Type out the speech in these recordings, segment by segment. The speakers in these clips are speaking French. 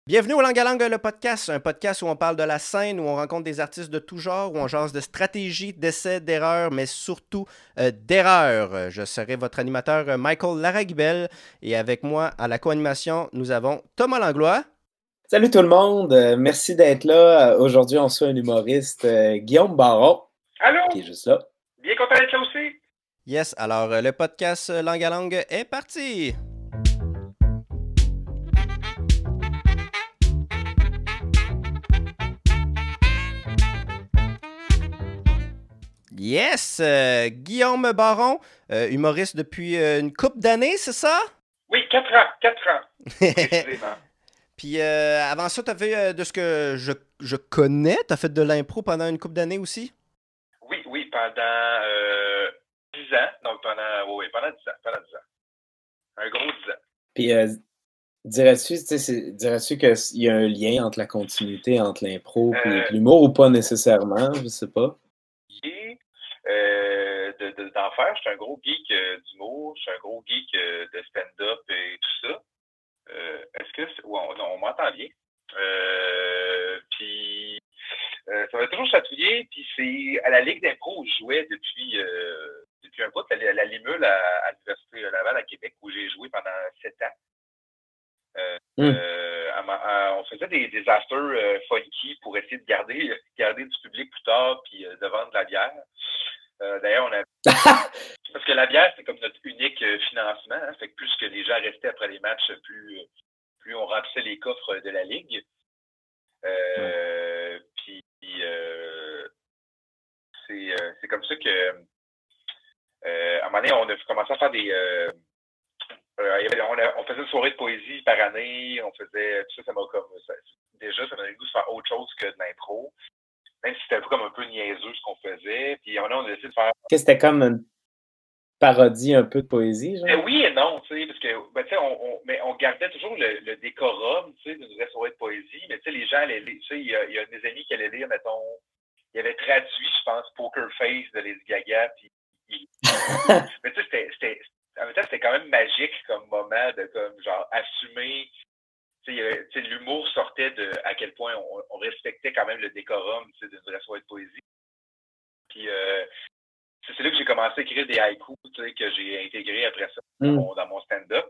Bienvenue au Langue à Langue, le podcast, un podcast où on parle de la scène, où on rencontre des artistes de tout genre, où on jase de stratégie, d'essais, d'erreurs, mais surtout d'erreurs. Je serai votre animateur Michael Laragibel et avec moi à la co-animation, nous avons Thomas Langlois. Salut tout le monde, merci d'être là. Aujourd'hui, on reçoit un humoriste, Guillaume Baron, Allô? qui est juste là. Bien content d'être là aussi. Yes, alors le podcast Langue à Langue est parti! Yes, Guillaume Baron, humoriste depuis une couple d'années, c'est ça? Oui, 4 ans, 4 ans, précisément. Puis avant ça, tu as fait, de ce que je connais, tu as fait de l'impro pendant une couple d'années aussi? Oui, pendant 10 ans. Donc, pendant 10 ans, pendant 10 ans. Un gros 10 ans. Puis, dirais-tu qu'il y a un lien entre la continuité, entre l'impro et l'humour, ou pas nécessairement, je sais pas? D'en faire, je suis un gros geek d'humour, je suis un gros geek de stand-up et tout ça. Est-ce que... on m'entend bien. Puis... ça m'a toujours chatouillé, puis c'est à la Ligue d'impro où je jouais depuis un bout, à la Limule à l'Université Laval à Québec, où j'ai joué pendant 7 ans. On faisait des afters funky pour essayer de garder du public plus tard, puis de vendre de la bière. D'ailleurs, on a parce que la bière, c'est comme notre unique financement. Hein, fait que plus que les gens restaient après les matchs, plus on remplissait les coffres de la Ligue. Puis c'est comme ça que à un moment donné, on a commencé à faire on faisait une soirée de poésie par année, on faisait tout ça, ça m'a donné le goût de faire autre chose que de l'impro. Même si c'était un peu niaiseux ce qu'on faisait. Puis on a décidé de faire. Que c'était comme une parodie un peu de poésie, genre? Oui et non, tu sais, parce que tu sais, on gardait toujours le décorum, tu sais, d'une vraie soirée de poésie, mais tu sais, les gens tu sais, il y a des amis qui allaient lire, mettons, il avait traduit, je pense, Poker Face de Lady Gaga, puis mais tu sais, en même temps, c'était quand même magique comme moment de comme genre assumer. Tu sais, l'humour sortait de à quel point on respectait quand même le décorum, tu sais, d'une vraie soirée de poésie. Puis c'est là que j'ai commencé à écrire des haïkus, tu sais, que j'ai intégrés après ça dans mon stand-up.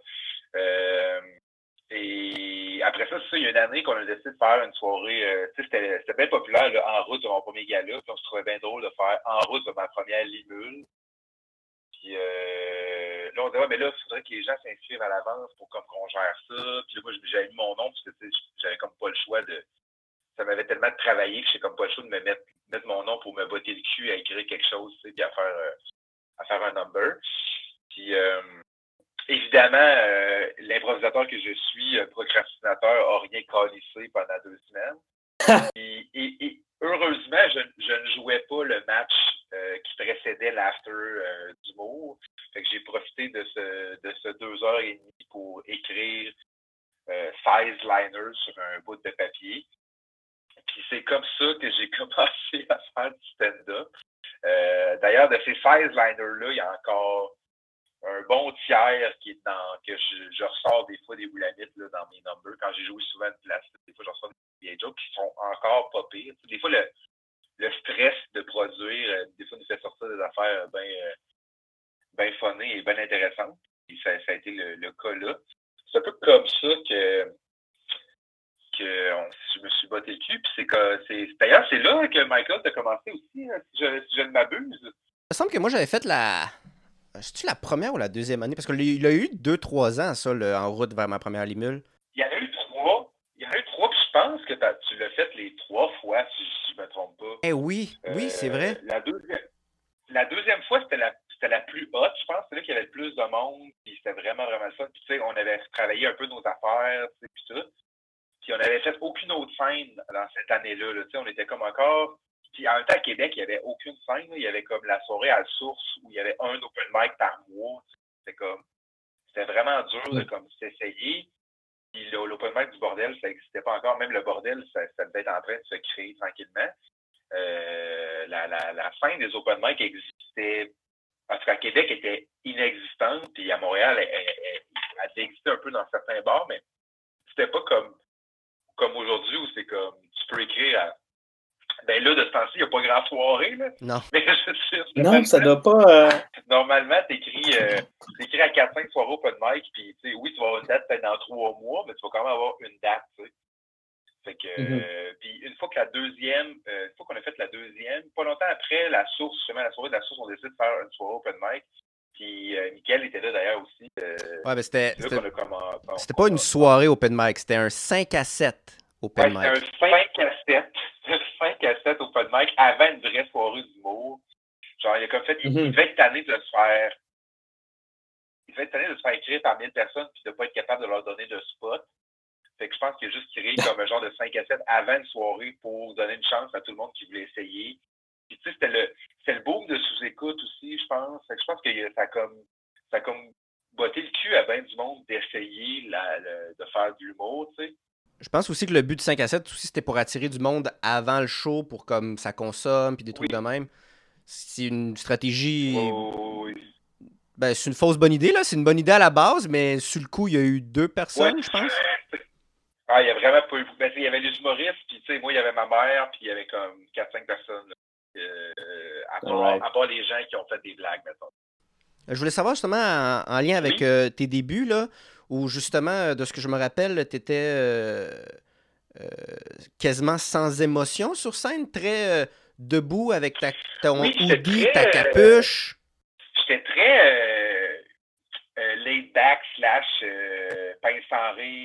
Et après ça, il y a une année qu'on a décidé de faire une soirée, tu sais, c'était bien populaire, là, en route de mon premier gala, puis on se trouvait bien drôle de faire en route de ma première limule. Puis là, on disait, ouais, mais là, il faudrait que les gens s'inscrivent à l'avance pour comme qu'on gère ça. Puis là, moi, j'avais mis mon nom parce que j'avais comme pas le choix de. Ça m'avait tellement travaillé que j'ai comme pas le choix de mettre mon nom pour me botter le cul à écrire quelque chose, tu sais, puis à faire un number. Puis évidemment, l'improvisateur que je suis, procrastinateur, a rien calissé pendant 2 semaines. Et heureusement, je ne jouais pas le match qui précédait l'after d'humour. Fait que j'ai profité de ce 2 heures et demie pour écrire 16 liners sur un bout de papier. Puis c'est comme ça que j'ai commencé à faire du stand-up. D'ailleurs, de ces 16 liners-là, il y a encore un bon tiers qui est que je ressors des fois des boulamites là, dans mes numbers. Quand j'ai joué souvent de place, des fois je ressors des vieilles jokes qui sont encore pas pires. Des fois, le stress de produire, des fois, nous fait sortir des affaires bien funnées et bien intéressantes. Et ça a été le cas là. C'est un peu comme ça que je me suis botté le cul. Puis d'ailleurs, c'est là que Michael a commencé aussi, hein, si je ne m'abuse. Il me semble que moi, j'avais fait C'est-tu la première ou la deuxième année? Parce qu'il a eu 2-3 ans, ça, en route vers ma première limule. Il y en a eu 3. Il y en a eu 3, puis je pense que tu l'as fait les 3 fois, si je ne me trompe pas. Eh oui, c'est vrai. La deuxième fois, c'était la plus haute, je pense. C'est là qu'il y avait le plus de monde, puis c'était vraiment, vraiment ça. Puis tu sais, on avait travaillé un peu nos affaires, tu sais, puis tout. Puis on n'avait fait aucune autre scène dans cette année-là. Là. Tu sais, on était comme encore. Puis en même temps, à Québec, il n'y avait aucune scène. Là. Il y avait comme la soirée à la source où il y avait un open mic par mois. C'était vraiment dur de comme s'essayer. Puis l'open mic du bordel, ça n'existait pas encore. Même le bordel, ça devait être en train de se créer tranquillement. La scène des open mic existait. Parce qu'à Québec, elle était inexistante. Puis à Montréal, elle existait un peu dans certains bars, mais c'était pas comme écrire ben là, de ce temps-ci, il n'y a pas grand soirée, là. Non. Mais je suis Non, ça doit pas... Normalement, t'écris à 4-5 soirées open mic, puis oui, tu vas avoir une date peut-être dans 3 mois, mais tu vas quand même avoir une date, tu sais. Fait que, puis une fois qu'on a fait la deuxième, pas longtemps après la source, justement, la soirée de la source, on décide de faire une soirée open mic. Puis Mickaël était là d'ailleurs aussi. Ouais, mais c'était pas une soirée open mic, c'était un 5 à 7 open mic. C'était un 5 à 7. 5 à 7 open mic avant une vraie soirée d'humour. Genre, il a comme fait, il devait être tanné de se faire. Il devait être tanné de se faire écrire par 1000 personnes puis de ne pas être capable de leur donner de spot. Fait que je pense qu'il a juste tiré comme un genre de 5 à 7 avant une soirée pour donner une chance à tout le monde qui voulait essayer. Puis tu sais, c'était le boom de sous-écoute aussi, je pense. Fait que je pense que ça a comme botté le cul à bien du monde d'essayer de faire de l'humour, tu sais. Je pense aussi que le but de 5 à 7 aussi, c'était pour attirer du monde avant le show pour comme ça consomme puis des trucs de même. C'est une stratégie. Oui. Ben, c'est une fausse bonne idée, là. C'est une bonne idée à la base, mais sur le coup, il y a eu 2 personnes, je pense. Ah, il y a vraiment pas eu. Ben, il y avait les humoristes, puis tu sais, moi, il y avait ma mère, puis il y avait comme 4-5 personnes. À part les gens qui ont fait des blagues, mettons. Je voulais savoir justement, en lien avec tes débuts, là, où justement, de ce que je me rappelle, tu étais quasiment sans émotion sur scène, très debout avec ton hoodie, ta capuche. J'étais très laid back / pince sans rire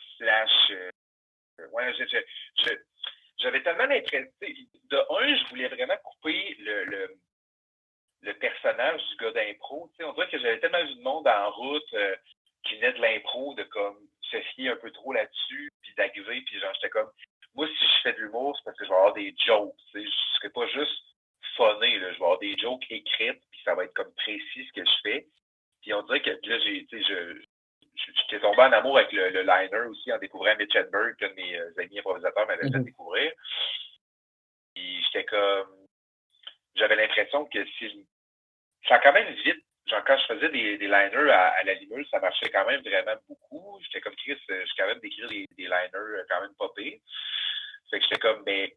/ ouais, j'avais tellement l'impression. De un, je voulais vraiment couper le personnage du gars d'impro. On dirait que j'avais tellement vu de monde en route qui venait de l'impro, de comme se fier un peu trop là-dessus, puis d'arriver, puis genre, j'étais comme, moi, si je fais de l'humour, c'est parce que je vais avoir des jokes. Je serais pas juste funné, là. Je vais avoir des jokes écrites, puis ça va être comme précis ce que je fais. Puis on dirait que là, j'étais tombé en amour avec le liner aussi en découvrant Mitch Hedberg, qu'un de mes amis improvisateurs m'avait fait découvrir. Puis j'étais comme, j'avais l'impression que ça a quand même vite, genre quand je faisais des liners à la Limule, ça marchait quand même vraiment beaucoup. J'étais comme Chris, je suis capable d'écrire des liners quand même pas pires. Fait que j'étais comme, ben,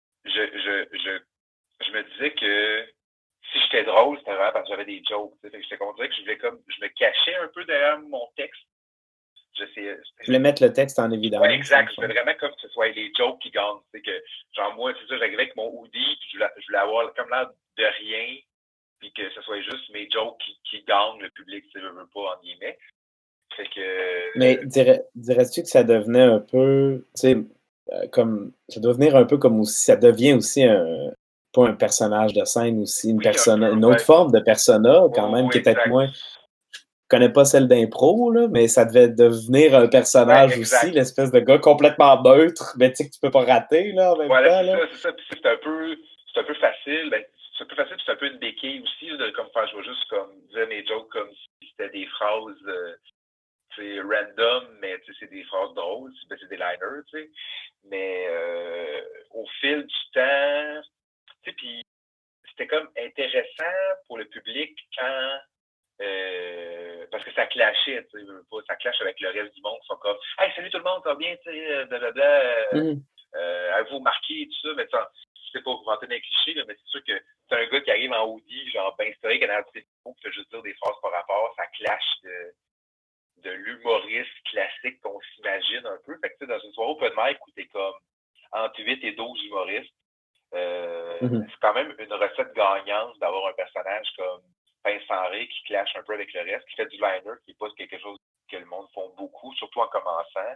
je me disais que si j'étais drôle, c'était vraiment parce que j'avais des jokes. Fait que j'étais comme, que je me cachais un peu derrière mon texte. Je voulais mettre le texte en évidence. Oui, exact. Je voulais vraiment comme que ce soit les jokes qui gagnent. C'est que, genre, moi, c'est ça, j'arrivais avec mon hoodie, puis je voulais avoir comme l'air de rien, puis que ce soit juste mes jokes qui gagnent le public, si je veux pas, en guillemets. Fait que... Mais dirais-tu que ça devenait un peu, tu sais, comme, ça doit venir un peu comme aussi, ça devient aussi pas un personnage de scène aussi, une autre forme de persona, quand même, qui est peut-être moins... Je connais pas celle d'impro, là, mais ça devait devenir un personnage aussi, l'espèce de gars complètement neutre, mais tu sais que tu peux pas rater, là, en même temps. Voilà, c'est ça. Puis c'est un peu facile. Ben, c'est un peu facile, puis c'est un peu une béquille aussi, là, de comme faire, je vais juste comme dire mes jokes comme si c'était des phrases random, mais c'est des phrases drôles, c'est des liners, tu sais. Mais au fil du temps, tu sais, puis c'était comme intéressant pour le public quand parce que ça clashait, tu sais, ça clash avec le reste du monde, ils sont comme « Hey, salut tout le monde, ça va bien, tu sais, blablabla, avez-vous marqué, tout ça, mais c'est pas pour vanter des clichés, là, mais c'est sûr que c'est un gars qui arrive en hoodie, genre ben historique, à qui fait juste dire des phrases par rapport, ça clash de l'humoriste classique qu'on s'imagine un peu. Fait que tu sais, dans une soirée open mic où t'es comme entre 8 et 12 humoristes, c'est quand même une recette gagnante d'avoir un personnage comme pince sans rire qui clash un peu avec le reste, qui fait du liner, qui n'est pas quelque chose que le monde font beaucoup, surtout en commençant.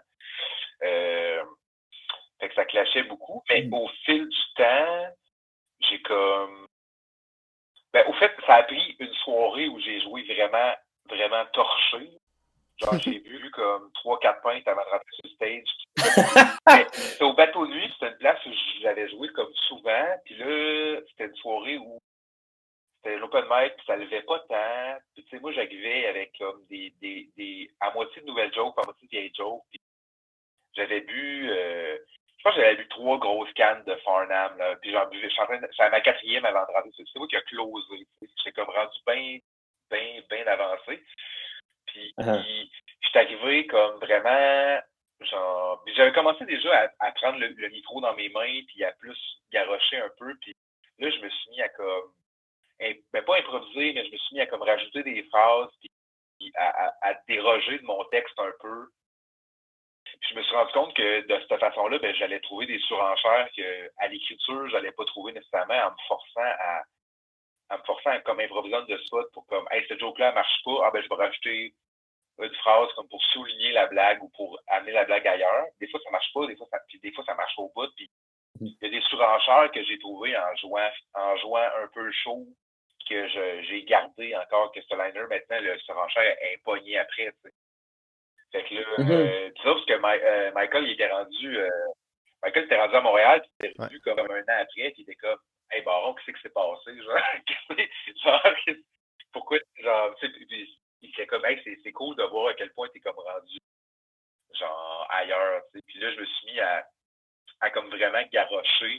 Fait que ça clashait beaucoup, mais au fil du temps, j'ai comme... Ben, au fait, ça a pris une soirée où j'ai joué vraiment, vraiment torché. Genre, j'ai bu comme 3-4 pintes avant de rentrer sur le stage. C'était au Bateau Nuit, c'était une place où j'avais joué comme souvent, puis là, c'était une soirée où c'était l'open mic, puis ça levait pas tant. Puis tu sais, moi, j'arrivais avec comme des à moitié de nouvelles jokes, à moitié de vieilles jokes. Puis j'avais bu, je pense que j'avais bu 3 grosses cannes de Farnham, là. Puis j'en buvais, c'était ma 4e avant de rentrer. C'est moi qui a closé. J'étais comme rendu bien avancé. Puis j'étais arrivé comme vraiment Puis j'avais commencé déjà à prendre le micro dans mes mains, puis à plus garrocher un peu, puis là, je me suis mis à comme, ben pas improviser, mais je me suis mis à comme rajouter des phrases, puis à déroger de mon texte un peu. Puis je me suis rendu compte que de cette façon-là, ben, j'allais trouver des surenchères que à l'écriture, j'allais pas trouver nécessairement en me forçant comme improvisante de spot pour comme, hey, cette joke-là marche pas, ah ben je vais rajouter une phrase comme pour souligner la blague ou pour amener la blague ailleurs. Des fois, ça marche pas, des fois, ça marche au bout. Puis il y a des surenchères que j'ai trouvées en jouant un peu le show que j'ai gardé encore que ce liner, maintenant, le surenchère est pogné après. T'sais. Fait que là, tu sais, parce que Michael, il était rendu à Montréal, puis il était revenu comme un an après, puis il était comme, hey, Baron, qu'est-ce qui s'est passé? Genre, pourquoi, genre, tu sais, puis il était comme, hey, c'est cool de voir à quel point t'es comme rendu, genre, ailleurs, tu sais. Puis là, je me suis mis à comme vraiment garrocher.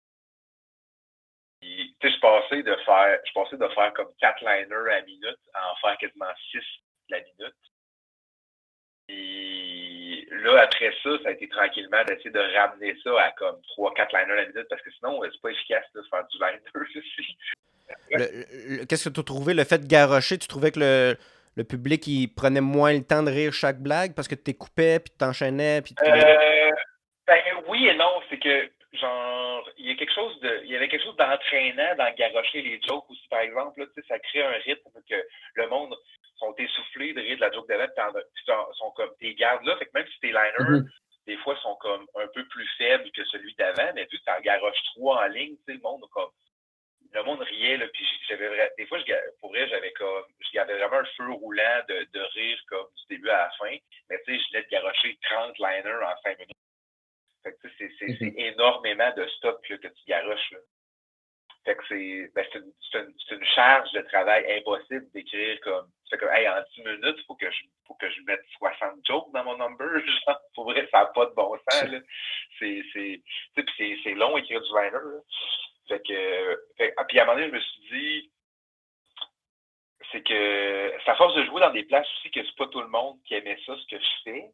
Puis, tu sais, je passais de faire comme 4 liners à minute à en faire quasiment 6 la minute. Puis là, après ça, ça a été tranquillement d'essayer de ramener ça à comme 3-4 liners à la minute parce que sinon, c'est pas efficace de faire du liner aussi. Qu'est-ce que tu as trouvé? Le fait de garrocher, tu trouvais que le public, il prenait moins le temps de rire chaque blague parce que tu coupais, puis tu t'enchaînais, puis ben oui et non, c'est que genre il y avait quelque chose d'entraînant dans garrocher les jokes aussi, par exemple, là, tu sais, ça crée un rythme que le monde sont essoufflés de rire de la joke d'avant, puis sont comme tes gardes là, fait que même si tes liners, des fois sont comme un peu plus faibles que celui d'avant, mais vu que t'en garroches 3 en ligne, tu sais, le monde riait, là, puis des fois, pour vrai, je gardais vraiment un feu roulant de rire comme du début à la fin, mais tu sais, je venais de garrocher 30 liners en 5 minutes. Fait que c'est énormément de stock là, que tu garoches. Là. Fait que c'est une charge de travail impossible d'écrire comme. Tu fais comme hey, en 10 minutes, faut que je mette 60 jokes dans mon number. Genre, pour vrai, ça n'a pas de bon sens. Là. C'est long écrire du liner. Là. Puis à un moment donné, je me suis dit, c'est que c'est à force de jouer dans des places aussi que c'est pas tout le monde qui aimait ça, ce que je fais.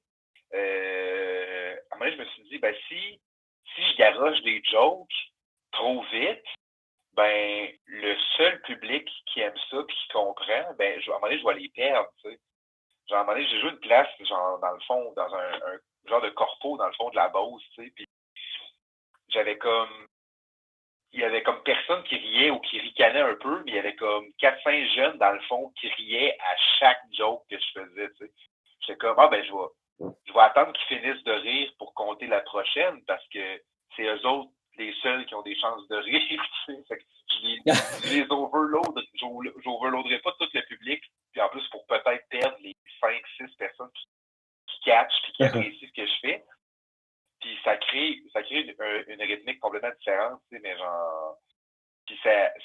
À un moment donné, je me suis dit, ben si je garoche des jokes trop vite, ben le seul public qui aime ça puis qui comprend, ben à un moment donné, je vais les perdre, tu sais. Genre, à un moment donné, j'ai joué une place, genre, dans le fond, dans un genre de corpo dans le fond de la Beauce, tu sais, puis il y avait comme personne qui riait ou qui ricanait un peu, mais il y avait comme 4-5 jeunes, dans le fond, qui riaient à chaque joke que je faisais, tu sais. J'étais comme, ben, je vais attendre qu'ils finissent de rire pour compter la prochaine, parce que c'est eux autres les seuls qui ont des chances de rire, tu sais. Fait que je les j'overloaderai pas tout le public, puis en plus, pour peut-être perdre les 5-6 personnes qui catchent puis qui apprécient ce que je fais. Puis ça crée une rythmique complètement différente, tu sais, mais genre. Puis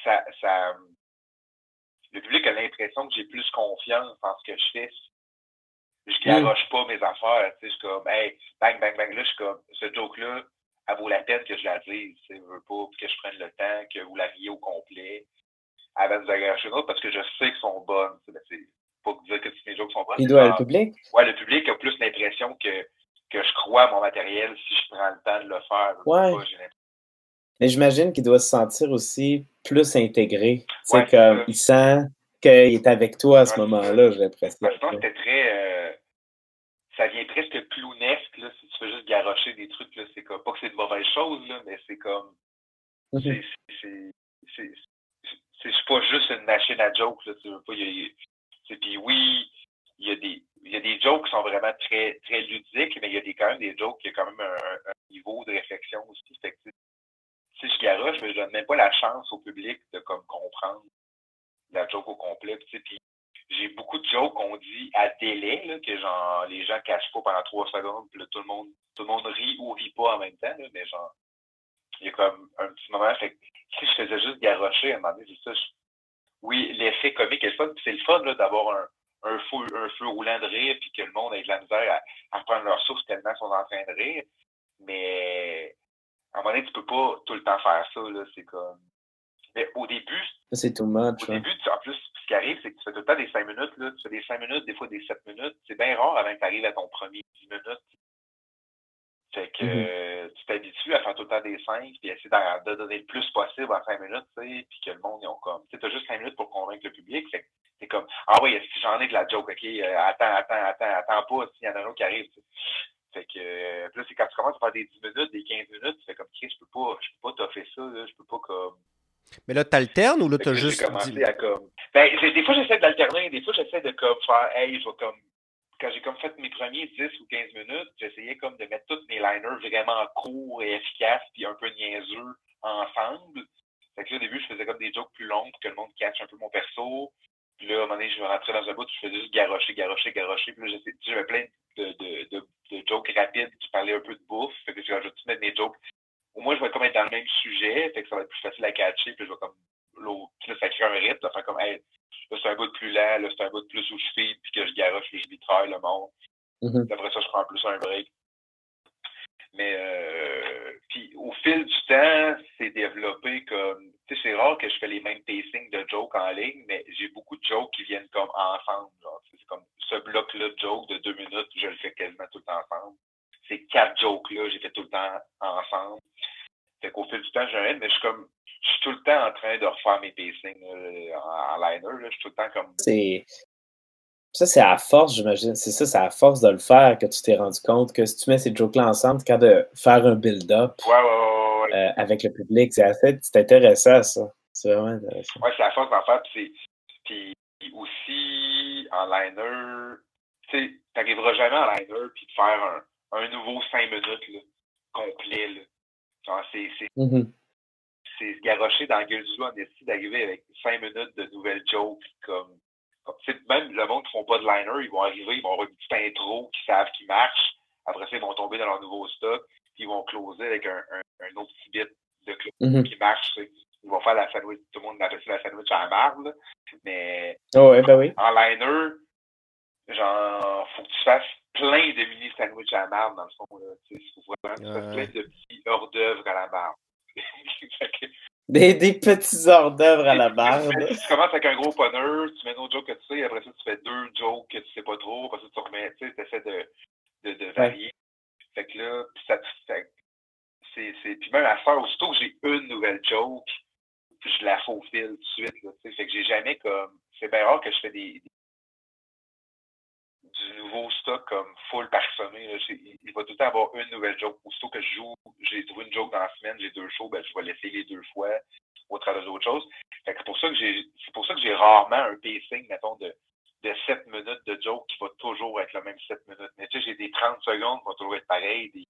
le public a l'impression que j'ai plus confiance en ce que je fais. Je garoche pas mes affaires, tu sais, je suis comme, hey, bang, bang, bang, là, je suis comme, ce joke-là, elle vaut la peine que je la dise, tu sais, je veux pas que je prenne le temps, que vous la riez au complet, avant de vous agarocher une autre, parce que je sais qu'elles sont bonnes, tu sais, c'est pas dire que toutes mes jokes sont bonnes. Il doit le public? Ouais, le public a plus l'impression que je crois à mon matériel si je prends le temps de le faire. Ouais. Mais j'imagine qu'il doit se sentir aussi plus intégré. Tu sais, comme il sent qu'il est avec toi à ce moment-là, j'ai l'impression. Je pense que c'était très. Ça vient presque clownesque, là, si tu fais juste garrocher des trucs, là, c'est comme. Pas que c'est de mauvaises choses, là, mais c'est comme. C'est pas juste une machine à jokes, là, tu veux pas. Puis oui, il y a des jokes qui sont vraiment très, très ludiques, mais il y a quand même des jokes qui ont quand même un niveau de réflexion aussi. Fait que, si je garoche, je donne même pas la chance au public de comme comprendre la joke au complet. Puis j'ai beaucoup de jokes qu'on dit à délai, là, que genre les gens cachent pas pendant 3 secondes, puis là, tout le monde rit ou rit pas en même temps, là, mais genre il y a comme un petit moment. Fait que si je faisais juste garocher, à un moment donné, c'est ça. Oui, l'effet comique est le fun, puis c'est le fun là, d'avoir un feu roulant de rire, puis que le monde ait de la misère à prendre leur souffle tellement ils sont en train de rire. Mais à un moment donné, tu peux pas tout le temps faire ça, là. C'est comme. Mais au début. C'est too much. Au début, en plus, ce qui arrive, c'est que tu fais tout le temps des 5 minutes, là. Tu fais des 5 minutes, des fois des 7 minutes. C'est bien rare avant que tu arrives à ton premier 10 minutes. Fait que tu t'habitues à faire tout le temps des 5 puis essayer de donner le plus possible en 5 minutes, tu sais, puis que le monde, ils ont comme... Tu sais, t'as juste 5 minutes pour convaincre le public, fait que c'est comme, ah oui, est-ce que j'en ai de la joke, ok, attends pas s'il y en a un autre qui arrive, tu sais. Fait que, puis là, c'est quand tu commences à faire des 10 minutes, des 15 minutes, tu fais comme, Chris, je peux pas toffer ça, là, je peux pas comme... Mais là, t'alternes ou là, Fait que t'as là, juste j'ai commencé dit... à comme... Ben, des fois, j'essaie d'alterner, des fois, j'essaie de comme faire, hey, je vais comme... Quand j'ai comme fait mes premiers 10 ou 15 minutes, j'essayais comme de mettre tous mes liners vraiment courts et efficaces puis un peu niaiseux ensemble. Fait que là, au début, je faisais comme des jokes plus longs pour que le monde catch un peu mon perso. Puis là, à un moment donné, je me rentrais dans un bout où je faisais juste garocher. Puis là, j'avais plein de jokes rapides qui parlaient un peu de bouffe. Fait que je vais tout mettre mes jokes. Au moins, je vais comme être dans le même sujet. Fait que ça va être plus facile à catcher. Puis je vais comme puis là, ça crée un rythme. Ça fait comme, hey, là, c'est un bout de plus lent. Là, c'est un bout de plus où je file puis que je garoche puis je vitraille le monde. Après ça, je prends plus un break. Mais puis au fil du temps, c'est développé comme... Tu sais, c'est rare que je fais les mêmes pacings de jokes en ligne, mais j'ai beaucoup de jokes qui viennent comme ensemble. Genre. C'est comme ce bloc-là de jokes de 2 minutes, je le fais quasiment tout le temps ensemble. Ces 4 jokes-là, j'ai fait tout le temps ensemble. Fait qu'au fil du temps, j'ai un mais je suis tout le temps en train de refaire mes pacings en liner. Là. Je suis tout le temps comme... Ça, c'est à force, j'imagine. C'est à force de le faire que tu t'es rendu compte que si tu mets ces jokes-là ensemble, tu es capable de faire un build-up avec le public. C'est intéressant, ça. C'est vraiment intéressant. Ouais, c'est à force d'en faire. Puis aussi, en liner, tu sais, t'arriveras jamais en liner puis de faire un nouveau 5 minutes là, complet. Là. Genre, c'est se garrocher dans la gueule du loup en esti d'arriver avec 5 minutes de nouvelles jokes comme même le monde qui font pas de liner, ils vont arriver, ils vont avoir une petite intro qu'ils savent qui marche. Après ça, ils vont tomber dans leur nouveau stock, puis ils vont closer avec un autre petit bit de close qui marche. T'sais. Ils vont faire la sandwich, tout le monde appelle ça la sandwich à la marde, mais en liner, genre, faut que tu fasses plein de mini sandwich à la marde dans le fond. Là. Il faut vraiment que tu fasses plein de petits hors d'œuvre à la marde. Des petits hors d'œuvre à la barbe. Tu commences avec un gros punner, tu mets une autre joke que tu sais, après ça, tu fais 2 jokes que tu sais pas trop, après ça, tu remets, tu sais, t'essaies de varier. Fait que là, ça te fait. Puis même à faire, aussitôt que j'ai une nouvelle joke, puis je la faufile tout de suite, là, tu sais. Fait que j'ai jamais comme. C'est bien rare que je fais du nouveau stock comme full parsemé. Là. Il va tout le temps avoir une nouvelle joke. Aussitôt que je joue, j'ai trouvé une joke dans la semaine, j'ai 2 shows, ben je vais l'essayer les 2 fois au travers d'autres choses. Fait que c'est pour ça que j'ai rarement un pacing, mettons, de 7 minutes de joke qui va toujours être le même 7 minutes. Mais tu sais, j'ai des 30 secondes qui vont toujours être pareils, Puis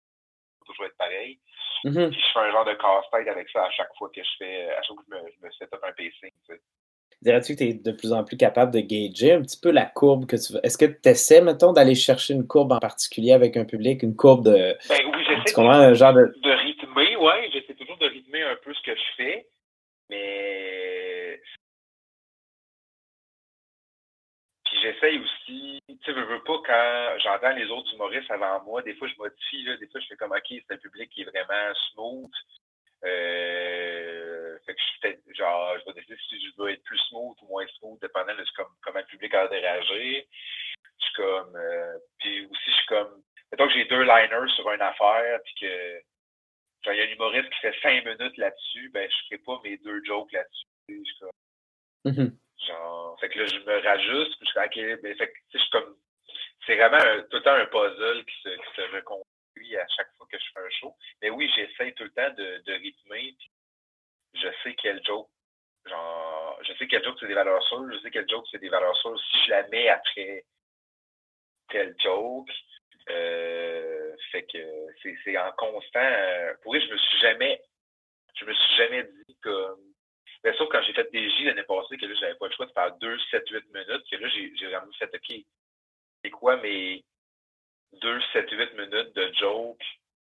je fais un genre de casse-tête avec ça à chaque fois que je me set up un pacing, tu sais. Dirais-tu que tu es de plus en plus capable de gager un petit peu la courbe que tu veux? Est-ce que tu essaies, mettons, d'aller chercher une courbe en particulier avec un public, une courbe de... Ben oui, j'essaie de rythmer, ouais. J'essaie toujours de rythmer un peu ce que je fais, mais... Puis j'essaye aussi... Tu sais, veux pas, quand j'entends les autres humoristes avant moi, des fois je modifie, là, des fois je fais comme, OK, c'est un public qui est vraiment smooth. Fait que je vais décider si je veux être plus smooth ou moins smooth, dépendant de comment le public a réagir. Je suis comme, puis aussi, je suis comme, mettons que j'ai 2 liners sur une affaire, puis que, genre, il y a un humoriste qui fait 5 minutes là-dessus, ben, je ferai pas mes 2 jokes là-dessus. Je suis comme, genre, fait que là, je me rajuste, puis je suis comme, OK, ben, fait que, tu sais, je suis comme, c'est vraiment tout le temps un puzzle qui se reconstruit à chaque fois que je fais un show. Mais oui, j'essaie tout le temps de rythmer, puis je sais quel joke, c'est des valeurs sûres, je sais quel joke c'est des valeurs sûres. Si je la mets après tel joke, fait que c'est en constant. Pour vrai, je me suis jamais dit comme. Bien sûr, quand j'ai fait des J l'année passée, que là, j'avais pas le choix de faire 2, 7, 8 minutes, que là, j'ai vraiment fait, OK, c'est quoi mes 2, 7, 8 minutes de joke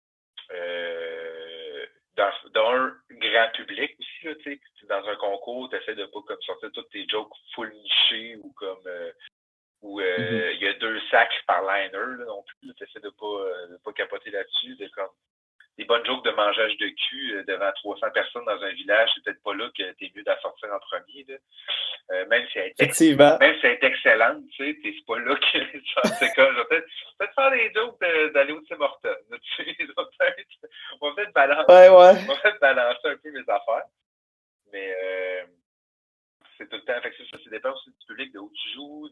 dans un grand public aussi, là, tu sais, dans un concours, tu essaies de pas comme sortir toutes tes jokes full nichés ou comme il y a 2 sacs par liner là, non plus. Tu essaies de pas capoter là-dessus. Comme des bonnes jokes de mangeage de cul devant 300 personnes dans un village, c'est peut-être pas là que t'es mieux d'en sortir en premier. Là. Même si elle est Effectivement. même si elle est excellente, tu sais, c'est pas là que genre, c'est comme, je vais peut-être faire des jokes d'aller au Tim Hortons. Tu sais, on va peut-être balancer, Ouais. on va peut-être balancer un peu mes affaires. Mais c'est tout le temps, fait que ça dépend aussi du public, de où tu joues,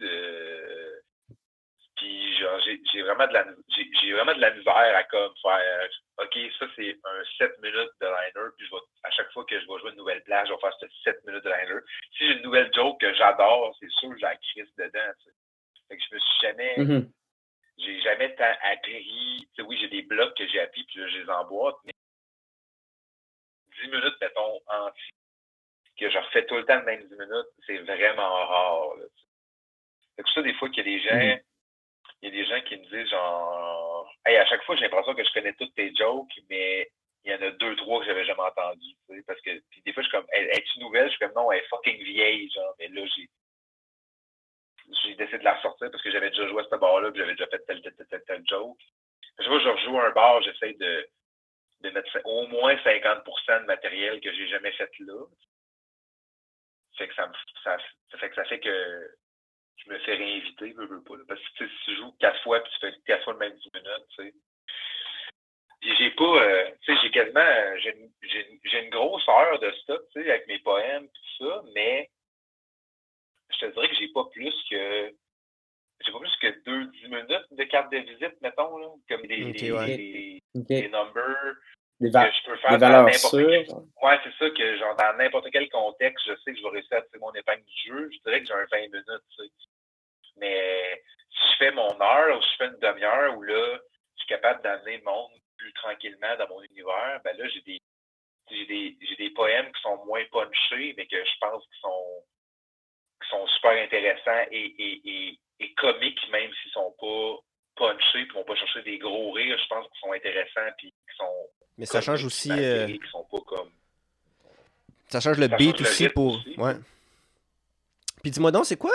puis genre j'ai vraiment de la misère à comme faire OK, ça c'est un 7 minutes de liner, puis à chaque fois que je vais jouer une nouvelle place, je vais faire ce 7 minutes de liner. Si j'ai une nouvelle joke que j'adore, c'est sûr que j'ai la crise dedans. Tu sais. Fait que je me suis jamais j'ai jamais tant appris. Tu sais, oui, j'ai des blocs que j'ai appris, puis là, je les emboîte, mais 10 minutes, mettons, entier, que je refais tout le temps le même 10 minutes, c'est vraiment rare. Là, tu sais. Fait que ça, des fois qu'il y a des gens. Il y a des gens qui me disent genre hey, à chaque fois j'ai l'impression que je connais toutes tes jokes, mais il y en a 2-3 que j'avais jamais entendues. Tu sais, parce que puis des fois je suis comme es-tu nouvelle? Je suis comme non, elle est fucking vieille, genre, mais là j'ai décidé de la ressortir parce que j'avais déjà joué à ce bar-là, puis j'avais déjà fait tel joke. Je vois, je rejoue un bar, j'essaie de mettre au moins 50% de matériel que j'ai jamais fait là. Fait que ça fait que je me fais réinviter, veux pas. Là, parce que si tu joues 4 fois puis tu fais 4 fois le même 10 minutes, tu sais. Puis j'ai pas, tu sais, j'ai quasiment, j'ai une grosse heure de stock, tu sais, avec mes poèmes et tout ça, mais je te dirais que j'ai pas plus que 2-10 minutes de carte de visite, mettons, là, comme des numbers que je peux faire dans n'importe quel. Ouais, c'est ça, que genre dans n'importe quel contexte, je sais que je vais réussir à tirer mon épingle du jeu. Je dirais que j'ai un 20 minutes, tu sais. Mais si je fais mon heure ou si je fais une demi-heure où là, je suis capable d'amener le monde plus tranquillement dans mon univers, ben là, j'ai des poèmes qui sont moins punchés, mais que je pense qui sont super intéressants et comiques, même s'ils sont pas punchés, puis vont pas chercher des gros rires, je pense qu'ils sont intéressants, puis qui sont. Mais ça change aussi. Qui sont pas comme. Ça change le beat aussi pour. Aussi, ouais. Puis dis-moi donc, c'est quoi.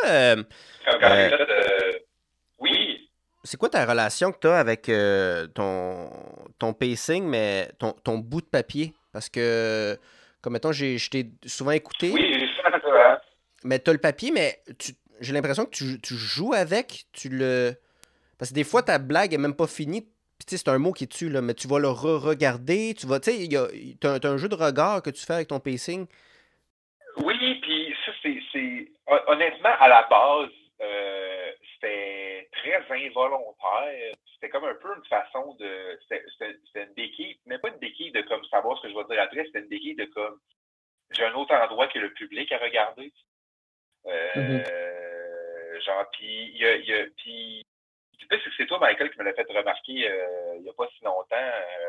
Oui. C'est quoi ta relation que tu as avec ton pacing, mais ton bout de papier? Parce que, comme mettons, je t'ai souvent écouté. Oui, j'ai souvent fait ça. Mais tu as le papier, mais j'ai l'impression que tu joues avec. Parce que des fois, ta blague est même pas finie. Puis tu sais, c'est un mot qui est dessus, là, mais tu vas le re-regarder. Tu as un jeu de regard que tu fais avec ton pacing. Oui, puis ça, c'est honnêtement, à la base, c'était très involontaire. C'était comme un peu une façon de. C'était une béquille, mais pas une béquille de comme savoir ce que je vais dire après, c'était une béquille de comme j'ai un autre endroit que le public à regarder. Genre, puis puis c'est toi, Michael, qui me l'a fait remarquer il n'y a pas si longtemps.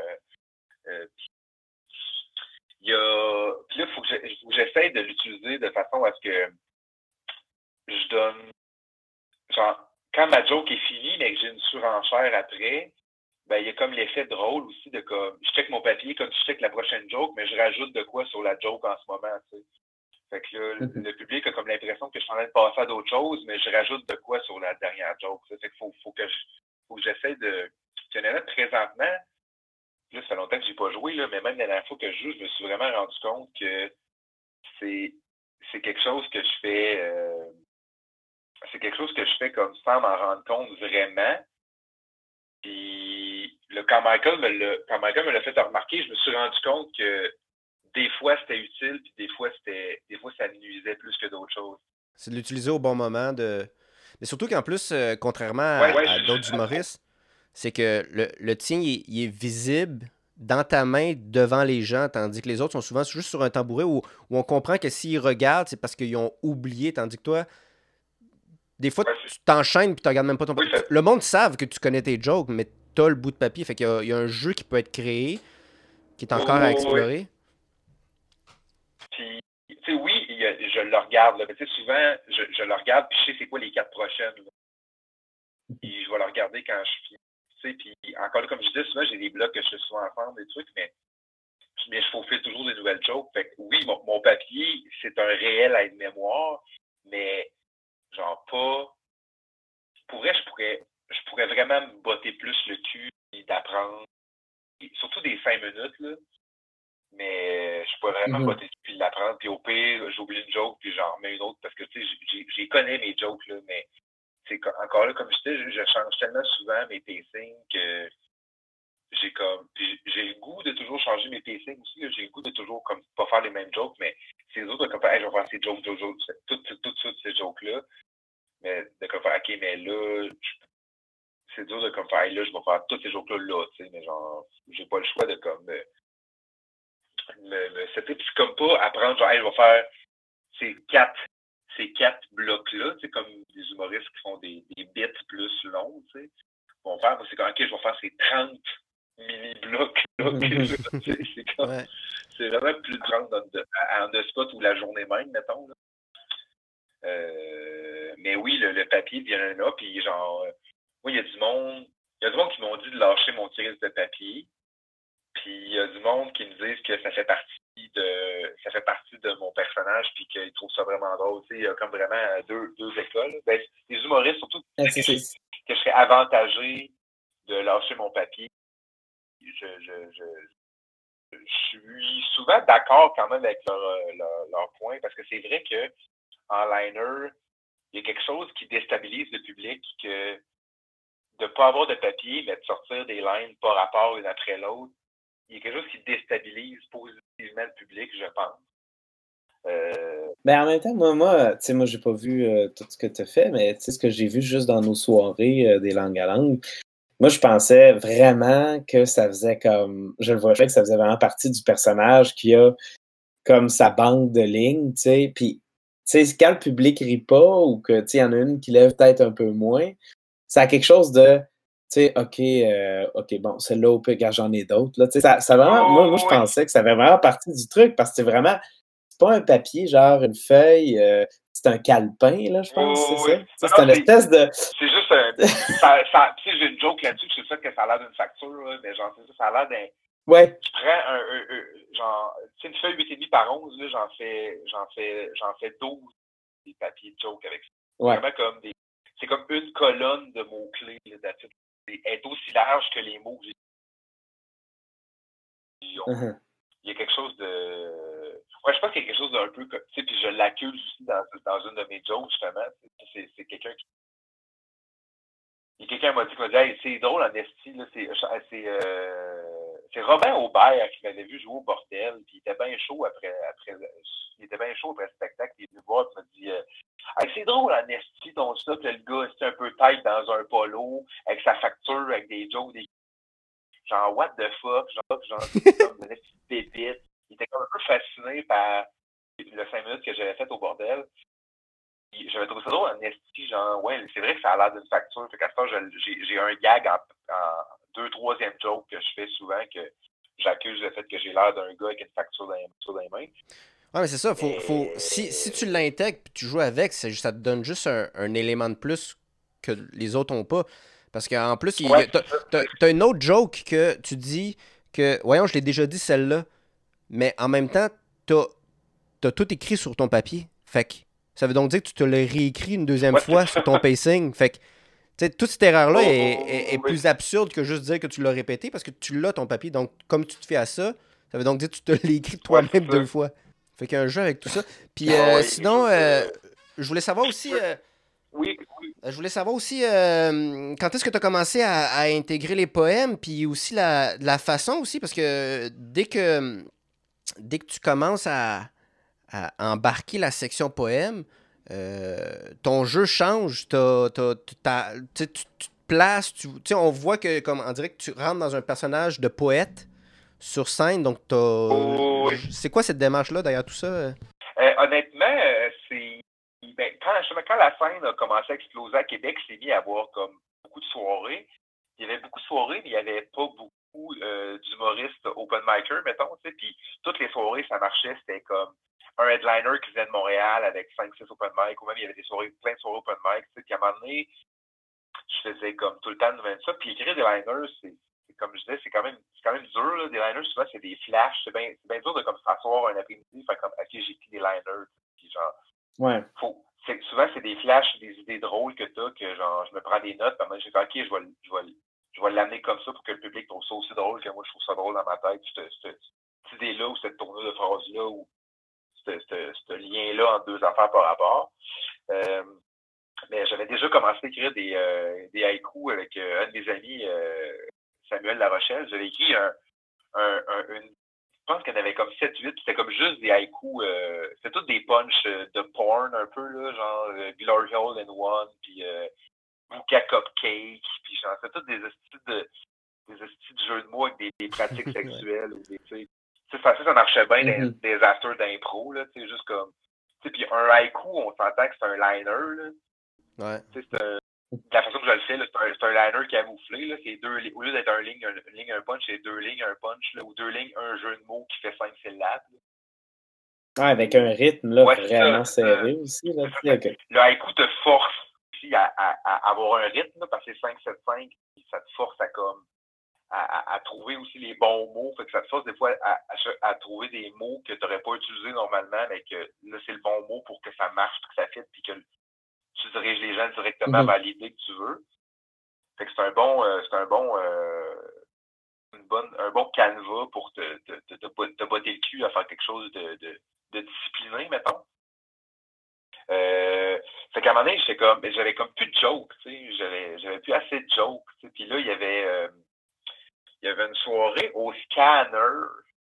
Puis là, il faut que j'essaie de l'utiliser de façon à ce que je donne. Genre, quand ma joke est finie, mais que j'ai une surenchère après, ben, il y a comme l'effet drôle aussi de comme. Je check mon papier comme si je check la prochaine joke, mais je rajoute de quoi sur la joke en ce moment, tu sais. Fait que là, le public a comme l'impression que je suis en train de passer à d'autres choses, mais je rajoute de quoi sur la dernière joke. Ça fait qu'il faut que j'essaie de. Il y en a présentement. Là, ça fait longtemps que j'ai pas joué, là, mais même la dernière fois que je joue, je me suis vraiment rendu compte que c'est quelque chose que je fais. C'est quelque chose que je fais comme sans m'en rendre compte vraiment. Puis là, quand Michael me l'a fait remarquer, je me suis rendu compte que des fois c'était utile, puis des fois ça nuisait plus que d'autres choses. C'est de l'utiliser au bon moment. Mais surtout qu'en plus, contrairement à d'autres humoristes, c'est que le tien, il est visible dans ta main devant les gens, tandis que les autres sont souvent juste sur un tabouret où on comprend que s'ils regardent, c'est parce qu'ils ont oublié, tandis que toi, des fois, tu t'enchaînes et tu regardes même pas ton papier. Le monde savent que tu connais tes jokes, mais tu as le bout de papier. Fait qu'il y a un jeu qui peut être créé, qui est encore à explorer. Puis, tu sais, oui, je le regarde, là, mais tu sais, souvent, je le regarde, puis je sais c'est quoi les 4 prochaines. Là. Puis je vais le regarder quand je finis. Tu sais, puis encore là, comme je disais, souvent, j'ai des blocs que je fais souvent ensemble, des trucs, mais je faufile toujours des nouvelles jokes. Fait que oui, mon papier, c'est un réel aide-mémoire, mais genre pas. Je pourrais vraiment me botter plus le cul et d'apprendre. Et surtout des 5 minutes, là. Mais je suis pas vraiment botté puis de l'apprendre. Puis au pire, j'oublie une joke, puis j'en remets une autre, parce que, tu sais, j'y connais mes jokes, là, mais c'est encore là, comme je disais, je change tellement souvent mes pacings que j'ai le goût de toujours changer mes pacings aussi, là. J'ai le goût de toujours, comme, pas faire les mêmes jokes, mais c'est les autres, comme, hey, je vais faire ces jokes, toutes ces jokes-là. Mais de comme faire, OK, mais là, c'est dur de comme faire, hey, là, je vais faire tous ces jokes-là, là, tu sais, mais genre, j'ai pas le choix de comme me setter. Puis c'est comme pas apprendre, genre, hey, je vais faire ces quatre blocs-là, tu sais, comme des humoristes qui font des bits plus longs, tu sais. Vont faire, moi, c'est comme, OK, je vais faire ces 30 mini-blocs, là, c'est comme, c'est vraiment plus de 30 en the spot ou la journée même, mettons, là. Mais oui, le papier vient là, puis genre, moi, il y a du monde qui m'ont dit de lâcher mon crise de papier. Puis il y a du monde qui me disent que ça fait partie de mon personnage, puis qu'ils trouvent ça vraiment drôle. Tu sais, il y a comme vraiment deux écoles. Ben, les humoristes, surtout, que je serais avantagé de lâcher mon papier. Je suis souvent d'accord quand même avec leur point, parce que c'est vrai que en liner, il y a quelque chose qui déstabilise le public, que de pas avoir de papier, mais de sortir des lines par rapport une après l'autre, il y a quelque chose qui déstabilise positivement le public, je pense. Mais en même temps, moi, tu sais, moi, j'ai pas vu tout ce que tu as fait, mais tu sais, ce que j'ai vu juste dans nos soirées des langues à langue, moi, je pensais vraiment que ça faisait comme, je le voyais que ça faisait vraiment partie du personnage qui a comme sa banque de lignes, tu sais, puis, tu sais, quand le public rit pas ou que, tu sais, il y en a une qui lève peut-être un peu moins, ça a quelque chose de, tu sais, OK, bon, celle-là, au pire, j'en ai d'autres, là, tu sais, ça vraiment, moi, je pensais que ça avait vraiment partie du truc, parce que c'est vraiment, c'est pas un papier, genre une feuille, c'est un calepin, là, je pense, c'est ça? C'est une espèce de... C'est juste tu sais, j'ai une joke là-dessus, c'est ça que ça a l'air d'une facture, là, mais genre, c'est ça, ça a l'air d'un... Ouais. Je prends genre, tu sais, une feuille 8,5 par 11, là, j'en fais 12 des papiers de joke avec ça. Ouais. C'est vraiment comme c'est comme une colonne de mots-clés, là, d'habitude. Elle est aussi large que les mots que j'ai. Il y a quelque chose de... Ouais, je pense qu'il y a quelque chose d'un peu... Tu sais, puis je l'accuse aussi dans une de mes jokes, justement. C'est quelqu'un qui... Il y a quelqu'un qui m'a dit, hey, c'est drôle en esti, là, c'est Robin Aubert qui m'avait vu jouer au bordel, puis il était bien chaud après le spectacle, il est venu voir, il m'a dit, hey, c'est drôle en esti, ton ça, puis le gars, c'est un peu tête dans un polo, avec sa facture, avec des jokes, genre, what the fuck, genre, comme une petite pépite. Il était comme un peu fasciné par le 5 minutes que j'avais fait au bordel. J'avais trouvé ça drôle en esti, genre, ouais, c'est vrai que ça a l'air d'une facture. Fait qu'à ce temps, j'ai un gag en 2/3 joke que je fais souvent, que j'accuse le fait que j'ai l'air d'un gars avec une facture dans les mains. Ouais, mais c'est ça, si tu l'intègres et tu joues avec, ça te donne juste un élément de plus que les autres n'ont pas. Parce qu'en plus, t'as une autre joke que tu dis que, voyons, je l'ai déjà dit celle-là, mais en même temps, t'as tout écrit sur ton papier. Fait que ça veut donc dire que tu te l'as réécrit une deuxième fois sur ton pacing. Fait que, tu sais, toute cette erreur-là est plus absurde que juste dire que tu l'as répété parce que tu l'as ton papier. Donc, comme tu te fais à ça, ça veut donc dire que tu te l'as écrit toi-même 2 fois. Fait qu'il y a un jeu avec tout ça. Puis sinon, je voulais savoir aussi... Oui. Je voulais savoir aussi quand est-ce que tu as commencé à intégrer les poèmes, puis aussi la façon aussi, parce que dès que tu commences à embarquer la section poème, ton jeu change. Tu te places, on voit que, comme on dirait que tu rentres dans un personnage de poète sur scène. Donc, c'est quoi cette démarche-là derrière tout ça? Honnêtement, c'est... Ben, quand la scène a commencé à exploser à Québec, c'est mis à avoir comme beaucoup de soirées. Il y avait beaucoup de soirées, mais il n'y avait pas beaucoup d'humoristes open micers, mettons, tu sais. Puis toutes les soirées, ça marchait. C'était comme un headliner qui venait de Montréal avec 5-6 open mic, ou même il y avait plein de soirées open mic, tu sais. Puis à un moment donné, je faisais comme tout le temps de même ça. Puis écrire des liners, c'est comme je disais, c'est quand même dur, là. Des liners, souvent, c'est des flashs. C'est bien dur de comme s'asseoir un après-midi, faire comme, OK, j'ai écrit des liners. Puis genre, ouais. Souvent, c'est des flashs, des idées drôles que t'as, que genre, je me prends des notes, puis moi, j'ai dit, OK, je vais l'amener comme ça pour que le public trouve ça aussi drôle que moi, je trouve ça drôle dans ma tête. idée-là ou cette tournure de phrase-là ou ce lien-là entre deux affaires par rapport. Mais j'avais déjà commencé à écrire des haïkus avec un de mes amis, Samuel Larochelle. J'avais écrit je pense qu'il y en avait comme 7-8, c'était comme juste des haïkus, c'était tous des punchs de porn un peu, là, genre Glory Hole in One, puis Bouka Cupcake, puis genre, c'était tous des estis de jeux de mots avec des pratiques sexuelles ou des, tu sais, ça marchait bien des acteurs d'impro, là, tu sais, juste comme, tu sais, puis un haïku, on s'entend que c'est un liner, là. Ouais. Tu sais, la façon que je le fais, là, c'est un liner camouflé, là, c'est au lieu d'être un ligne, un punch, c'est 2 lignes, un punch, là, ou 2 lignes, un jeu de mots qui fait 5 syllabes. Ouais, avec un rythme, là, vraiment serré aussi, là, tu sais, okay. Le haïku te force aussi à avoir un rythme, là, parce que c'est 5-7-5, ça te force à comme à trouver aussi les bons mots. Fait que ça te force des fois à trouver des mots que tu n'aurais pas utilisés normalement, mais que là, c'est le bon mot pour que ça marche, que ça fitte, puis que tu diriges les gens directement vers l'idée que tu veux. Fait que c'est un bon canevas pour te botter le cul à faire quelque chose de discipliné, mettons. Fait qu'à un moment donné, j'avais comme plus de jokes, tu sais, j'avais plus assez de jokes, tu sais. Puis là, il y avait une soirée au Scanner.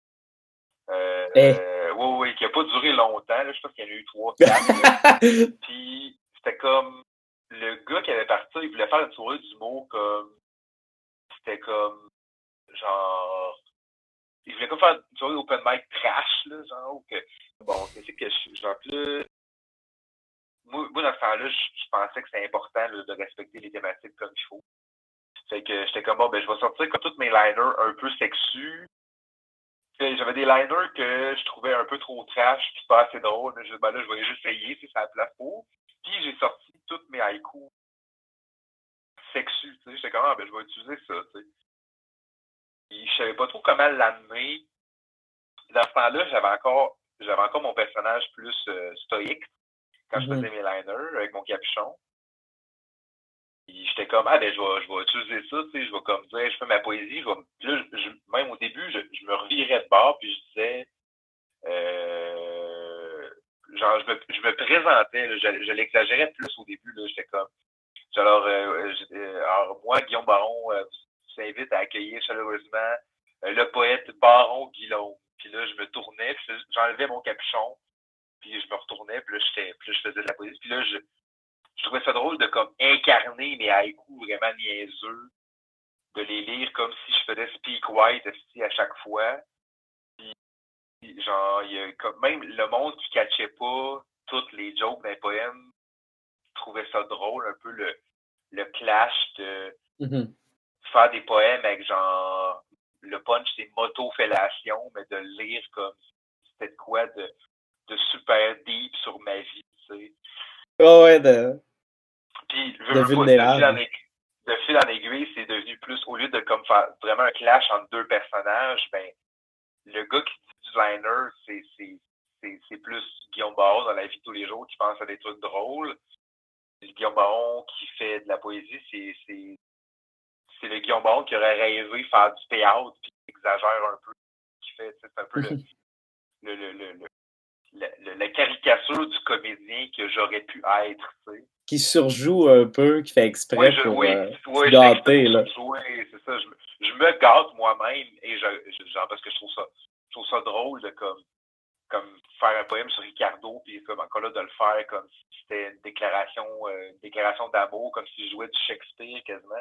Oui, qui n'a pas duré longtemps. Là, je pense qu'il y en a eu 3-4. Puis c'était comme le gars qui avait parti, il voulait faire une soirée d'humour comme c'était comme genre il voulait comme faire une soirée open mic trash, là, genre que bon, c'est que genre là moi dans ce temps-là, je pensais que c'était important là, de respecter les thématiques comme il faut. Fait que j'étais comme bon ben je vais sortir comme tous mes liners un peu sexus. J'avais des liners que je trouvais un peu trop trash puis pas assez drôle. Je vais juste essayer si ça a la place pour. Puis j'ai sorti toutes mes haïkus sexus. J'étais comme ben je vais utiliser ça. T'sais. Puis je savais pas trop comment l'amener. Dans ce temps-là, j'avais encore mon personnage plus stoïque quand je faisais mes liners avec mon capuchon. Puis j'étais comme ben je vais utiliser ça, tu sais, je vais comme dire, je fais ma poésie, même au début, je me revirais de bord puis je disais genre je me présentais, là, je l'exagérais plus au début, là, j'étais comme alors moi, Guillaume Baron, vous invite à accueillir chaleureusement le poète Baron Guillaume. Puis là, je me tournais, puis j'enlevais mon capuchon, puis je me retournais, puis là, je faisais de la poésie. Puis là, je trouvais ça drôle de comme incarner mes haïkus vraiment niaiseux, de les lire comme si je faisais Speak White à chaque fois. Puis genre, il y a comme même le monde qui catchait pas toutes les jokes d'un poème trouvait ça drôle, un peu le clash de faire des poèmes avec genre le punch c'est motofellation, mais de le lire comme c'était de quoi de super deep sur ma vie, tu sais. Oh ouais, puis de fil en aiguille, c'est devenu plus, au lieu de comme faire vraiment un clash entre deux personnages, ben le gars qui dit du liner, c'est plus Guillaume Baron dans la vie de tous les jours qui pense à des trucs drôles. Le Guillaume Baron qui fait de la poésie, c'est le Guillaume Baron qui aurait rêvé faire du théâtre puis qui exagère un peu. C'est un peu la caricature du comédien que j'aurais pu être, tu sais. Qui surjoue un peu, qui fait exprès pour se gâter, là. Oui, c'est ça. Je me gâte moi-même et genre parce que je trouve ça drôle de comme faire un poème sur Ricardo puis comme encore là de le faire comme si c'était une déclaration d'amour, comme si je jouais du Shakespeare quasiment.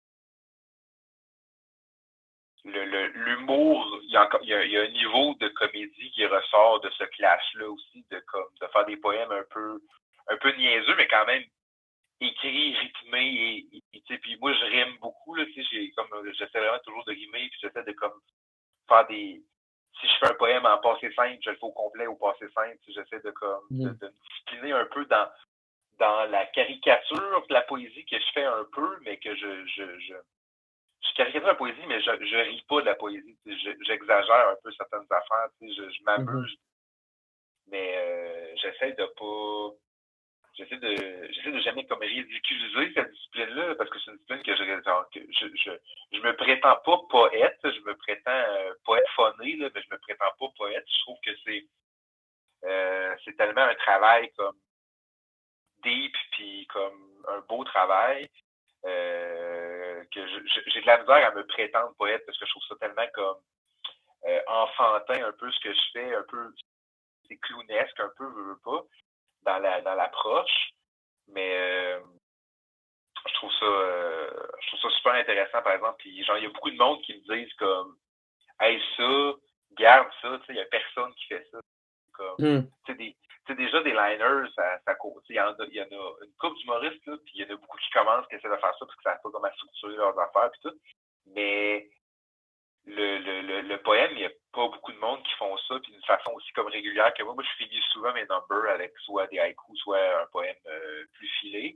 L'humour, il y a un niveau de comédie qui ressort de ce clash-là aussi, de faire des poèmes un peu niaiseux, mais quand même écrits, rythmés et puis moi je rime beaucoup, là, tu sais, j'essaie vraiment toujours de rimer, puis j'essaie de comme faire des. Si je fais un poème en passé simple, je le fais au complet au passé simple, j'essaie de me discipliner un peu dans la caricature de la poésie que je fais un peu, mais que je caricature la poésie, mais je ris pas de la poésie. J'exagère un peu certaines affaires. Je m'amuse. Mais j'essaie de pas. j'essaie de jamais comme ridiculiser cette discipline-là, parce que c'est une discipline que je me prétends pas poète, je me prétends poète phoné, là, mais je me prétends pas poète. Je trouve que c'est tellement un travail comme deep, puis comme un beau travail, que j'ai de la misère à me prétendre poète, parce que je trouve ça tellement comme enfantin, un peu ce que je fais, un peu, c'est clownesque, un peu, je veux pas, dans l'approche, mais je trouve ça super intéressant, par exemple, puis genre, il y a beaucoup de monde qui me disent comme, hey, ça, garde ça, tu sais, il y a personne qui fait ça, comme, tu sais, déjà des liners, ça court, il y en a une couple d'humoristes, là, puis il y en a beaucoup qui commencent, qui essaient de faire ça, parce que ça n'a pas comment structurer leurs affaires, puis tout, mais le poème, il n'y a pas beaucoup de monde qui font ça, puis d'une façon aussi comme régulière que moi. Moi, je finis souvent mes numbers avec soit des haïkus, soit un poème plus filé.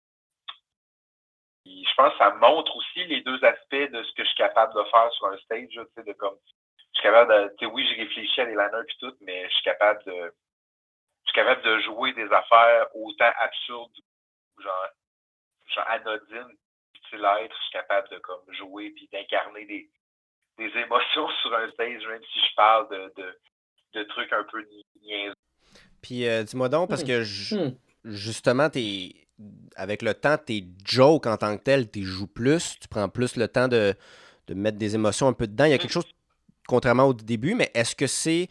Puis, je pense que ça montre aussi les deux aspects de ce que je suis capable de faire sur un stage, tu sais, de comme, je suis capable de, tu sais, oui, j'ai réfléchi à des liners puis tout, mais je suis capable de jouer des affaires autant absurdes, genre anodines, style être, je suis capable de comme jouer puis d'incarner des émotions sur un stage, même si je parle de trucs un peu niaiseux. Puis dis-moi donc, parce que justement, avec le temps, tes jokes en tant que tel, tu joues plus, tu prends plus le temps de mettre des émotions un peu dedans. Il y a quelque chose, contrairement au début, mais est-ce que c'est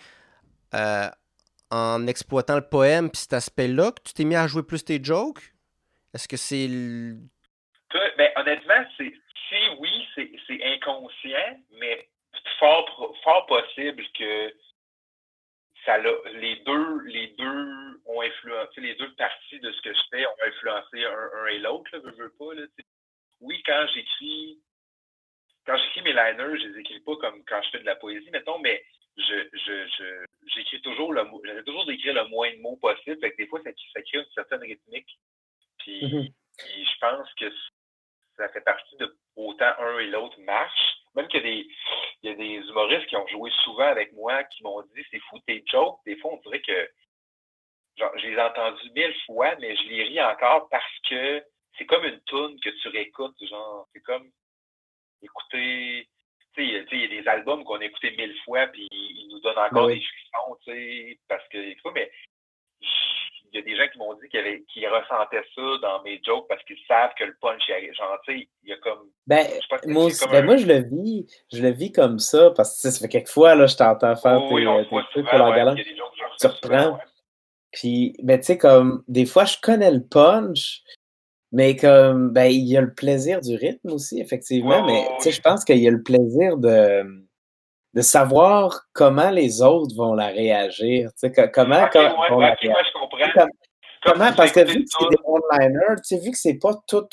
en exploitant le poème puis cet aspect-là que tu t'es mis à jouer plus tes jokes? Est-ce que c'est... Ben, honnêtement, oui, c'est inconscient, mais fort possible que les deux ont influencé, les deux parties de ce que je fais ont influencé un et l'autre, là, veux pas, là, t'sais. Oui, quand j'écris mes liners, je les écris pas comme quand je fais de la poésie, mettons, mais j'écris toujours j'essaie toujours d'écrire le moins de mots possible, fait que des fois, ça crée une certaine rythmique. Puis je pense que ça fait partie de autant un et l'autre marche. Même qu'il y a des humoristes qui ont joué souvent avec moi qui m'ont dit c'est fou tes jokes, des fois on dirait que genre je les ai entendus 1000 fois, mais je les ris encore parce que c'est comme une toune que tu réécoutes, genre c'est comme écouter. Tu sais, il y a des albums qu'on a écoutés 1000 fois puis ils nous donnent encore des frissons, tu sais, parce que mais il y a des gens qui m'ont dit qu'ils ressentaient ça dans mes jokes parce qu'ils savent que le punch est genre, tu sais, il y a comme... moi aussi, moi je le vis comme ça, parce que ça fait quelques fois, là, je t'entends faire tes trucs pour la galante, tu reprends, puis, ben, tu sais, comme, des fois, je connais le punch, mais comme, ben, il y a le plaisir du rythme aussi, effectivement, mais, tu sais, je pense qu'il y a le plaisir de savoir comment les autres vont la réagir, tu sais, comment vont la réagir. Je comprends. Comment? Parce que vu que c'est des one-liners, tu sais, vu que c'est pas tout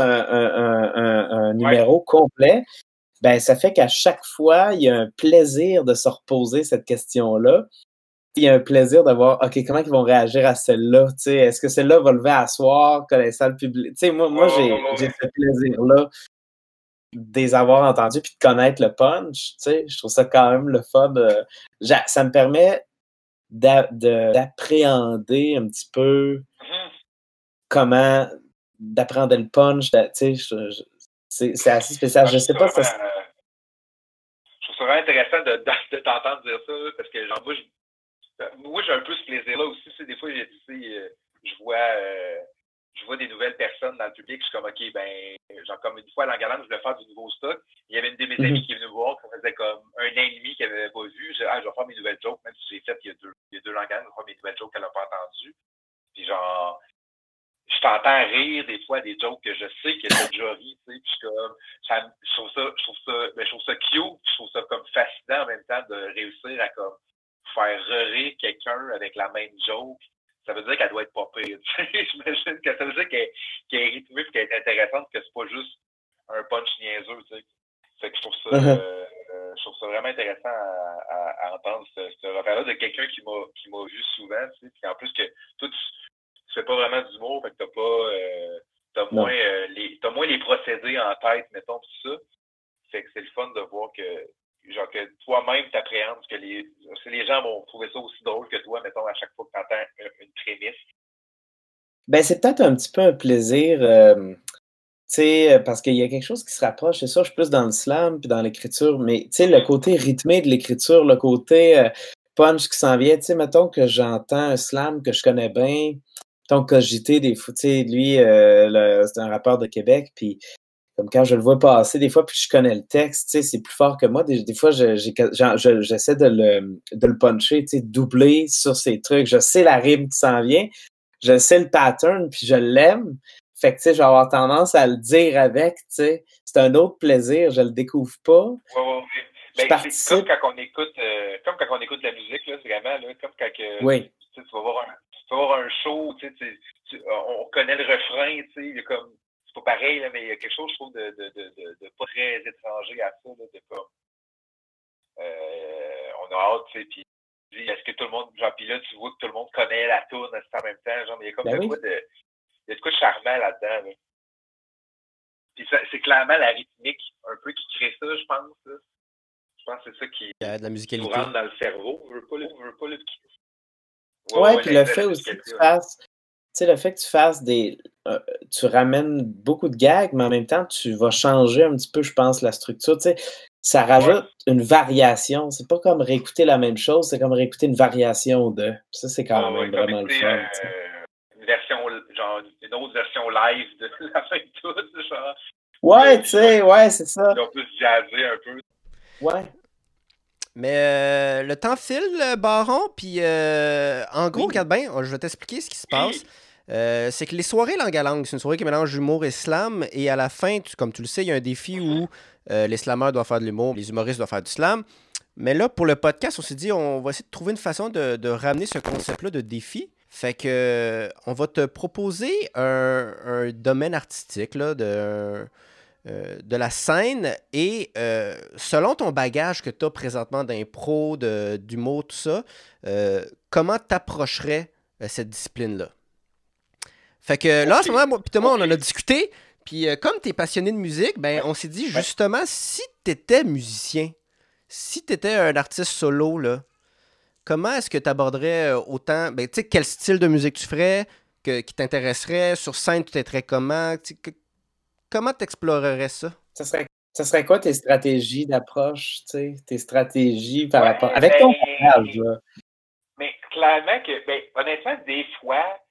un numéro complet, ben ça fait qu'à chaque fois, il y a un plaisir de se reposer cette question-là. Il y a un plaisir de voir, OK, comment ils vont réagir à celle-là? Tu sais, est-ce que celle-là va lever à soir, connaissant le public? Tu sais, moi j'ai ce plaisir-là de les avoir entendus puis de connaître le punch. Tu sais, je trouve ça quand même le fun. Ça me permet d'appréhender un petit peu comment d'apprendre le punch, tu sais, c'est assez spécial. Je sais pas si ça... Je trouve ça vraiment intéressant de t'entendre dire ça, parce que genre moi j'ai un peu ce plaisir-là aussi. Des fois, je vois des nouvelles personnes dans le public, je suis comme OK, ben, genre comme une fois à l'Angalande, je voulais faire du nouveau stock. Il y avait une de mes amies qui est venue me voir, ça faisait comme un an et demi qu'elle n'avait pas vu. Je vais faire mes nouvelles jokes, même si j'ai fait il y a deux Langalandes, je vais faire mes nouvelles jokes qu'elle n'a pas entendues. Puis genre, je t'entends rire des fois des jokes que je sais que t'as déjà ri, tu sais, puis je trouve ça cute, je trouve ça comme fascinant en même temps de réussir à comme faire rire quelqu'un avec la même joke. Ça veut dire qu'elle doit être pas pire. J'imagine que ça veut dire qu'elle est rythmée et qu'elle est intéressante, que c'est pas juste un punch niaiseux, tu sais. Fait que je trouve ça vraiment intéressant à entendre ce repère-là de quelqu'un qui m'a vu souvent, tu sais, puis en plus que toi, tu fais pas vraiment d'humour, fait que t'as moins les procédés en tête, mettons, tout ça. Fait que c'est le fun de voir que toi-même t'appréhendes, que les gens vont trouver ça aussi drôle que toi, mettons, à chaque fois que t'entends une prémisse. Ben, c'est peut-être un petit peu un plaisir, parce qu'il y a quelque chose qui se rapproche. C'est sûr, je suis plus dans le slam puis dans l'écriture, mais le côté rythmé de l'écriture, le côté punch qui s'en vient, mettons que j'entends un slam que je connais bien, mettons Cogité, des fois, lui, c'est un rappeur de Québec, puis comme quand je le vois passer, des fois, puis je connais le texte, c'est plus fort que moi. Des fois, j'essaie de le puncher, doubler sur ces trucs. Je sais la rime qui s'en vient, je sais le pattern, puis je l'aime. Fait que, je vais avoir tendance à le dire avec, C'est un autre plaisir, je le découvre pas. Ouais. Ben, c'est comme quand on écoute, de la musique, là, c'est vraiment, là, comme quand oui. Tu vas voir un show, on connaît le refrain, il y a comme, c'est pas pareil, là, mais il y a quelque chose, je trouve, de pas très étranger à ça, là, de comme, on a hâte, puis est-ce que tout le monde, genre, puis là, tu vois que tout le monde connaît la toune en même temps, genre, mais il y a comme quoi de charmant là-dedans, là. Puis c'est clairement la rythmique un peu qui crée ça, je pense, là. Je pense que c'est ça qui de la musicalité. nous rentre dans le cerveau. On veut pas le puis le fait aussi que tu fasses, le fait que tu fasses tu ramènes beaucoup de gags, mais en même temps, tu vas changer un petit peu, je pense, la structure. Ça rajoute une variation. C'est pas comme réécouter la même chose, c'est comme réécouter une variation de. Ça, c'est quand même vraiment le fun. Une version, genre, une autre version live de la fin de tout, genre. Ouais, c'est ça. On peut se jazzer un peu. Ouais. Mais le temps file, Baron, puis en gros, regarde bien, je vais t'expliquer ce qui se passe. C'est que les soirées langue à langue, c'est une soirée qui mélange humour et slam, et à la fin, comme tu le sais, il y a un défi où les slammeurs doivent faire de l'humour, les humoristes doivent faire du slam. Mais là, pour le podcast, on s'est dit, on va essayer de trouver une façon de ramener ce concept-là de défi. Fait que on va te proposer un domaine artistique là, de la scène et selon ton bagage que tu as présentement d'impro, d'humour, tout ça, comment t'approcherais cette discipline-là? Fait que là, en ce moment, moi puis Thomas, on en a discuté, puis comme tu es passionné de musique, ben on s'est dit justement, si tu étais musicien, si tu étais un artiste solo, là, comment est-ce que tu aborderais autant, ben tu sais, quel style de musique tu ferais, qui t'intéresserait, sur scène tu t'aiderais comment, comment t'explorerais ça? Ça serait quoi tes stratégies d'approche, tes stratégies par rapport... Avec ton bagage, là. Mais clairement que, honnêtement, des fois,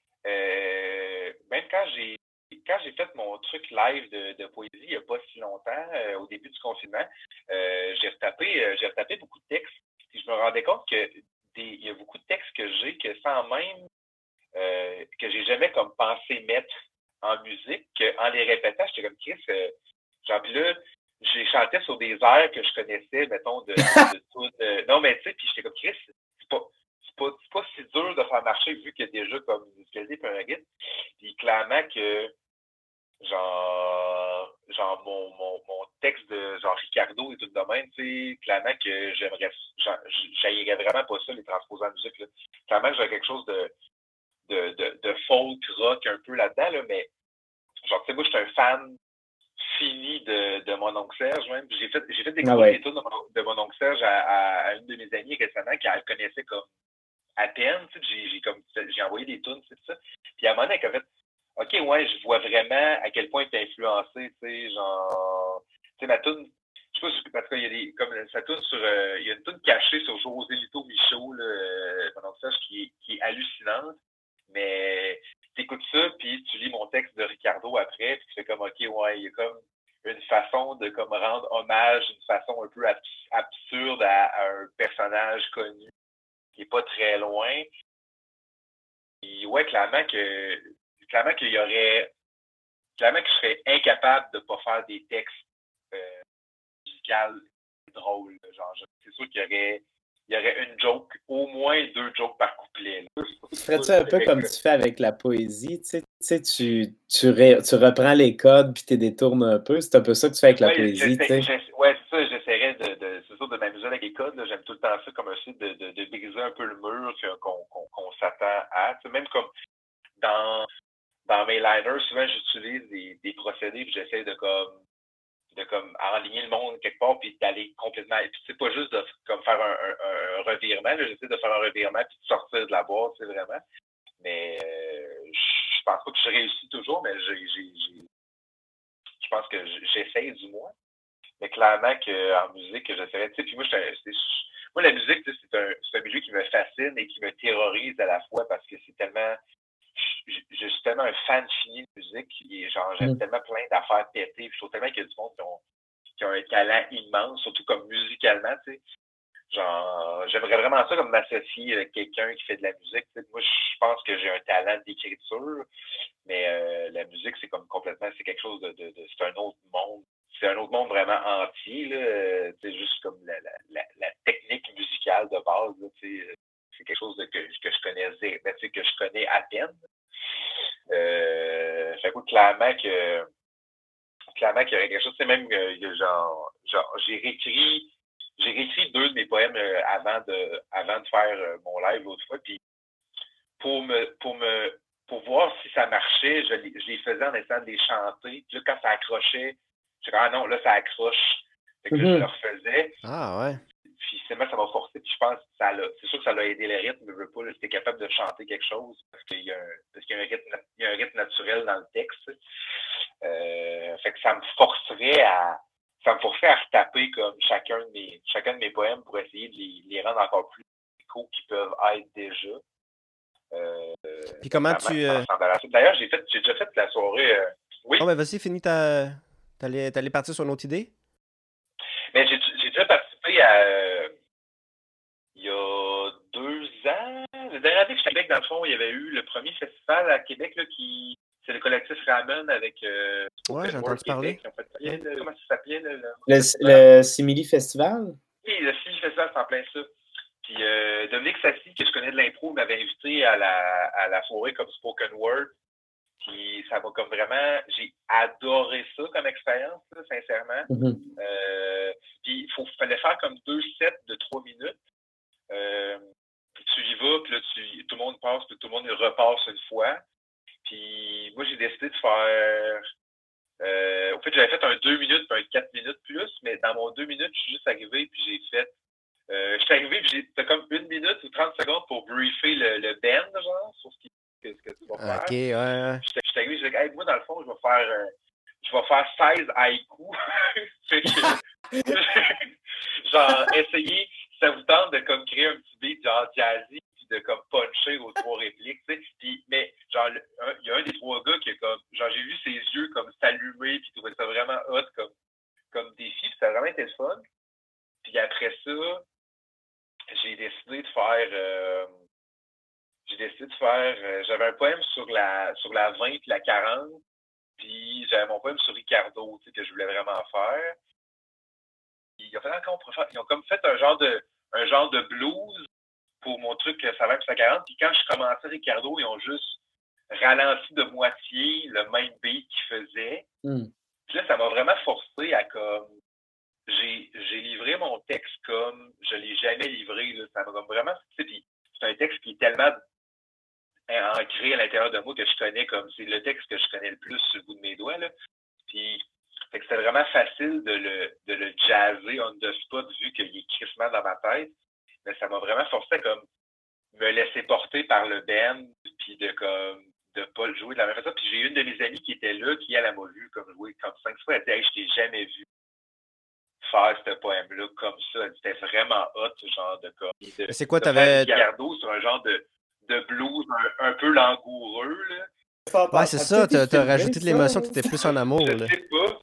même quand j'ai fait mon truc live de poésie il n'y a pas si longtemps, au début du confinement, j'ai retapé beaucoup de textes. Et je me rendais compte que il y a beaucoup de textes que j'ai que sans même que j'ai jamais comme pensé mettre en musique, qu'en les répétant, j'étais comme Chris, genre puis là, j'ai chanté sur des airs que je connaissais, mettons, non, mais tu sais, puis j'étais comme Chris, c'est pas si dur de faire marcher vu qu'il y a déjà comme une musicalité et un rythme. Puis clairement que genre mon texte de genre Ricardo et tout le domaine, tu sais, clairement que j'haïrais vraiment pas ça, les transposer en musique, là. Clairement que j'ai quelque chose de folk rock un peu là-dedans, là, mais genre, tu sais, moi, je suis un fan fini de mon oncle Serge, même. J'ai fait découvrir les tunes de mon oncle Serge à une de mes amies récemment qui elle connaissait comme à peine, tu sais, j'ai envoyé des tunes, c'est ça. Puis à un moment donné, elle a fait OK, ouais, je vois vraiment à quel point tu es influencé, tu sais, genre, tu sais, ma tune, je sais pas si, parce qu'il y a des, comme, sa tune sur, il y a une tune cachée sur José Lito Michaud, là, pendant ça, qui est hallucinante, mais t'écoutes ça, puis tu lis mon texte de Ricardo après, puis tu fais comme, OK, ouais, il y a comme une façon de, comme, rendre hommage, une façon un peu absurde à un personnage connu qui est pas très loin. Et ouais, clairement qu'il y aurait, clairement que je serais incapable de pas faire des textes musicaux drôles. Genre, c'est sûr qu'il y aurait une joke, au moins 2 jokes par couplet. Ferais-tu un peu comme tu fais avec la poésie, tu sais, tu reprends les codes puis tu détournes un peu, c'est un peu ça que tu fais avec la poésie, tu sais. Ouais, c'est ça, j'essaierais c'est sûr, de m'amuser avec les codes, là, j'aime tout le temps ça comme un site de briser un peu le mur qu'on s'attend à, tu sais, même comme dans mes liners, souvent j'utilise des procédés puis j'essaie de comme enligner le monde quelque part puis d'aller complètement, et puis c'est pas juste de comme faire un revirement, là, j'essaie de faire un revirement puis de sortir de la boîte, c'est vraiment, mais je pense pas que je réussis toujours, mais je pense que j'essaye du moins. Mais clairement qu'en musique, j'essaierais, tu sais, puis moi, moi, la musique, c'est un milieu qui me fascine et qui me terrorise à la fois parce que c'est tellement, je suis tellement un fan fini de musique et genre, j'aime tellement plein d'affaires pétées, puis je trouve tellement qu'il y a du monde qui ont un talent immense, surtout comme musicalement, tu sais. Genre, j'aimerais vraiment ça comme m'associer avec quelqu'un qui fait de la musique. Tu sais. Moi, je pense que j'ai un talent d'écriture, mais la musique, c'est comme complètement, c'est quelque chose c'est un autre monde. C'est un autre monde vraiment entier, là. C'est juste comme la technique musicale de base, là, tu sais. C'est quelque chose que je connaissais, ben, tu sais, que je connais à peine. Fait que clairement qu'il y aurait quelque chose, c'est même genre j'ai réécrit 2 de mes poèmes avant de faire mon live l'autre fois, puis pour voir si ça marchait, je les faisais en essayant de les chanter. Puis là, quand ça accrochait, je disais, ah non, là, ça accroche. Fait que là, je le refaisais. Ah ouais. Puis finalement, ça m'a forcé. Puis je pense que c'est sûr que ça l'a aidé le rythme, mais je veux pas, là, j'étais capable de chanter quelque chose parce qu'il y a un rythme naturel dans le texte. Fait que ça me forcerait à retaper comme chacun de mes poèmes pour essayer de les rendre encore plus musicaux qu'ils peuvent être déjà. Puis comment tu... D'ailleurs, j'ai déjà fait la soirée... oui. Oh, ben vas-y, finis T'allais partir sur une autre idée? Mais j'ai déjà participé à... il y a 2 ans. La dernière année que j'étais à Québec, dans le fond, il y avait eu le premier festival à Québec, là, c'est le collectif Ramen avec... ouais, j'ai entendu parler. Comment ça s'appelait? Le Simili Festival? Oui, le Simili Festival, c'est en plein ça. Puis Dominique Sassi, que je connais de l'impro, m'avait invité à la soirée comme spoken word. Puis ça m'a comme vraiment... J'ai adoré ça comme expérience, là, sincèrement. Puis il fallait faire comme 2 sets de 3 minutes. Puis tu y vas, puis là, tout le monde passe, puis tout le monde repasse une fois. Puis moi, j'ai décidé de faire... au fait, j'avais fait un 2 minutes puis un 4 minutes plus, mais dans mon 2 minutes, je suis juste arrivé, puis j'ai fait... je suis arrivé, puis j'ai comme 1 minute ou 30 secondes pour briefer le band, genre, sur ce que tu vas faire. OK, ouais. Je suis arrivé, j'ai dit, hey, moi, dans le fond, je vais faire 16 haïkus. Fait que, genre, essayer, ça vous tente de comme créer un petit beat, genre, jazzy, puis de comme puncher aux 3 répliques, tu sais. Puis, mais, genre, il y a un des 3 gars qui est comme, genre, j'ai vu ses yeux comme s'allumer, puis trouvait ça vraiment hot comme défi, puis ça a vraiment été le fun. Puis après ça, j'ai décidé de faire... j'avais un poème sur la 20 et la 40, puis j'avais mon poème sur Ricardo, tu sais, que je voulais vraiment faire. Puis ils ont comme fait un genre de blues pour mon truc ça 20 et la 40, puis quand je commençais Ricardo, ils ont juste ralenti de moitié le même beat qu'ils faisaient. Puis là, ça m'a vraiment forcé à comme... J'ai livré mon texte comme je l'ai jamais livré, là. Ça m'a comme vraiment... Tu sais, c'est un texte qui est tellement ancré à l'intérieur de moi que je connais comme... C'est le texte que je connais le plus sur le bout de mes doigts, là. Puis, fait que c'était vraiment facile de le jazzer on the spot vu qu'il est crissement dans ma tête. Mais ça m'a vraiment forcé à comme me laisser porter par le band puis de pas le jouer de la même façon. Puis j'ai une de mes amies qui était là, qui elle m'a vu comme jouer comme 5 fois. Elle dit, hey, je t'ai jamais vu faire ce poème-là comme ça. C'était vraiment hot, ce genre de comme. C'est quoi, t'avais... Ricardo sur un genre de blues un peu langoureux, là. Ouais, c'est ça, t'as rajouté de l'émotion, t'étais plus en amour, là. Je sais pas.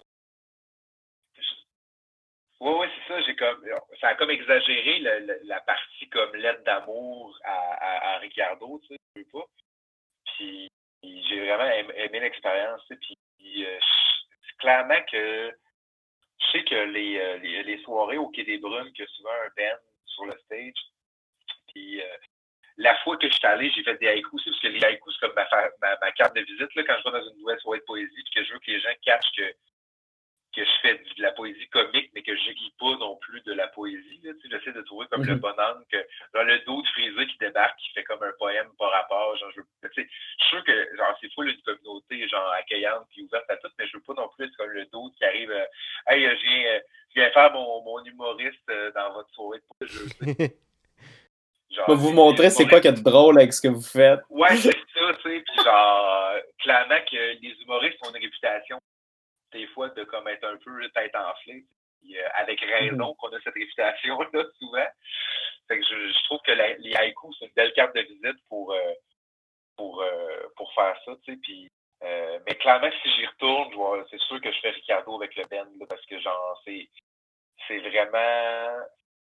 Ouais, c'est ça. Ça a comme exagéré la partie comme lettre d'amour à Ricardo, tu sais, je sais pas. Puis j'ai vraiment aimé l'expérience, tu sais. Puis clairement que je sais que les soirées au Quai des Brumes, qu'il y a souvent un band sur le stage. Puis la fois que je suis allé, j'ai fait des haïkus aussi, parce que les haïkus, c'est comme ma carte de visite, là, quand je vais dans une nouvelle soirée de poésie, puis que je veux que les gens catchent que je fais de la poésie comique, mais que je lis pas non plus de la poésie. Là, j'essaie de trouver comme le bon angle, que genre, le dos de frisé qui débarque, qui fait comme un poème par rapport. Genre, je suis sûr que genre c'est full une communauté genre accueillante puis ouverte à tout, mais je veux pas non plus être comme le dos qui arrive. Hey, je viens faire mon humoriste dans votre soirée de poésie. Genre, je vais vous montrer c'est quoi qu'il y a de drôle avec ce que vous faites. Ouais, c'est ça. ça, tu sais, puis genre, clairement que les humoristes ont une réputation, des fois, de comme être un peu tête enflée, puis, avec raison qu'on a cette réputation-là, souvent. Fait que je trouve que les haïkus, c'est une belle carte de visite pour faire ça, tu sais, puis mais clairement, si j'y retourne, c'est sûr que je fais Ricardo avec le band, là, parce que genre, c'est vraiment,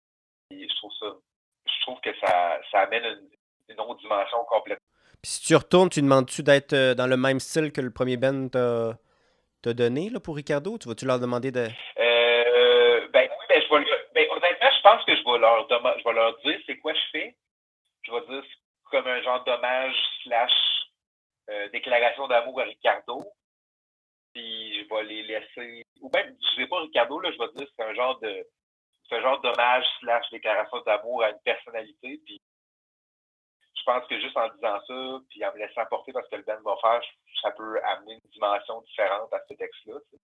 je trouve que ça amène une autre dimension complète. Puis si tu retournes, tu demandes-tu d'être dans le même style que le premier band t'a donné là, pour Ricardo? Tu vas-tu leur demander de... Ben oui, ben, honnêtement, je pense que je vais leur dire c'est quoi je fais. Je vais dire comme un genre d'hommage / déclaration d'amour à Ricardo. Puis je vais les laisser. Ou même, je ne sais pas Ricardo, là, je vais dire c'est un genre d'hommage / déclaration d'amour à une personnalité. Puis je pense que juste en disant ça, puis en me laissant porter parce que le band va faire, ça peut amener une dimension différente à ce texte-là.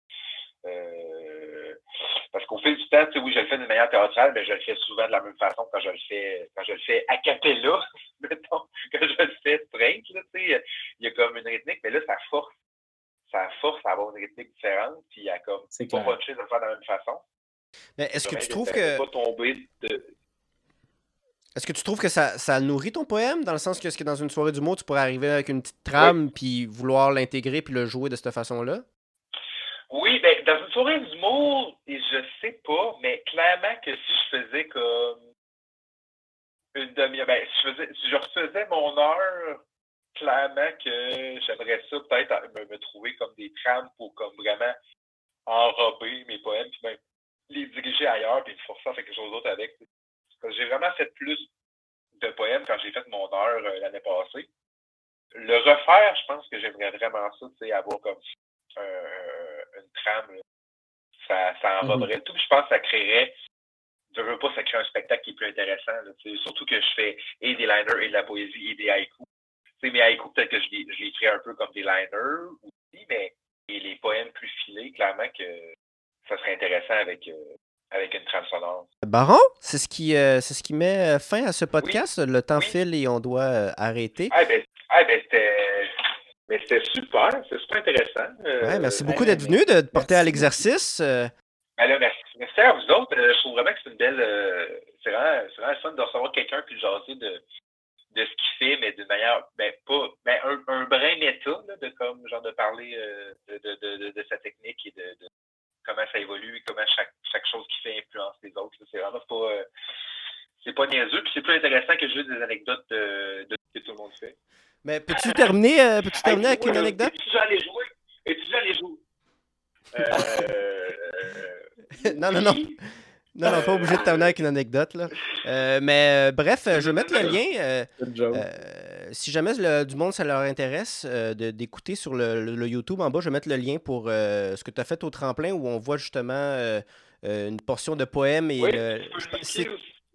Parce qu'au fil du temps, oui, je le fais d'une manière théâtrale, mais je le fais souvent de la même façon quand je le fais a cappella, mettons, quand je le fais straight, là, il y a comme une rythmique, mais là, ça force à avoir une rythmique différente, puis il y a comme pas punché de le faire de la même façon. Mais est-ce que tu trouves que... pas tomber de... Est-ce que tu trouves que ça nourrit ton poème, dans le sens que dans une soirée d'humour, tu pourrais arriver avec une petite trame, puis vouloir l'intégrer, puis le jouer de cette façon-là? Oui, ben dans une soirée d'humour, je sais pas, mais clairement que si je faisais comme une demi-heure, ben si je refaisais mon heure, clairement que j'aimerais ça peut-être me trouver comme des trames pour comme vraiment enrober mes poèmes, puis même les diriger ailleurs, puis me forcer à faire quelque chose d'autre avec. Parce que j'ai vraiment fait plus de poèmes quand j'ai fait mon heure l'année passée. Le refaire, je pense que j'aimerais vraiment ça, tu sais, avoir comme une trame, là. Ça enroberait tout. Puis je pense que ça créerait, je veux pas, ça crée un spectacle qui est plus intéressant. Là, surtout que je fais et des liners et de la poésie et des haïkus. Tu sais, mes haïkus, peut-être que je les ferais un peu comme des liners aussi, mais et les poèmes plus filés, clairement que ça serait intéressant avec une trame sonore. Baron, c'est ce qui met fin à ce podcast. Oui. Le temps file et on doit arrêter. C'était super, c'est super intéressant. Ouais, merci beaucoup d'être venu, de te porter à l'exercice. Ben là, merci à vous autres. Je trouve vraiment que c'est une belle... c'est vraiment fun de recevoir quelqu'un puis de jaser de ce qu'il fait, mais d'une manière, un brin méta, là, de parler de sa technique et de comment ça évolue et comment chaque chose qu'il fait influence les autres. C'est vraiment pas... c'est pas niaiseux, puis c'est plus intéressant que juste des anecdotes de ce que tout le monde fait. Mais peux-tu terminer avec une anecdote? Es-tu déjà allé jouer? Non. Non, pas obligé de terminer avec une anecdote, là. Bref, je vais mettre le lien. Si jamais du monde, ça leur intéresse d'écouter sur le YouTube en bas, je vais mettre le lien pour ce que tu as fait au tremplin où on voit justement une portion de poème. Et tu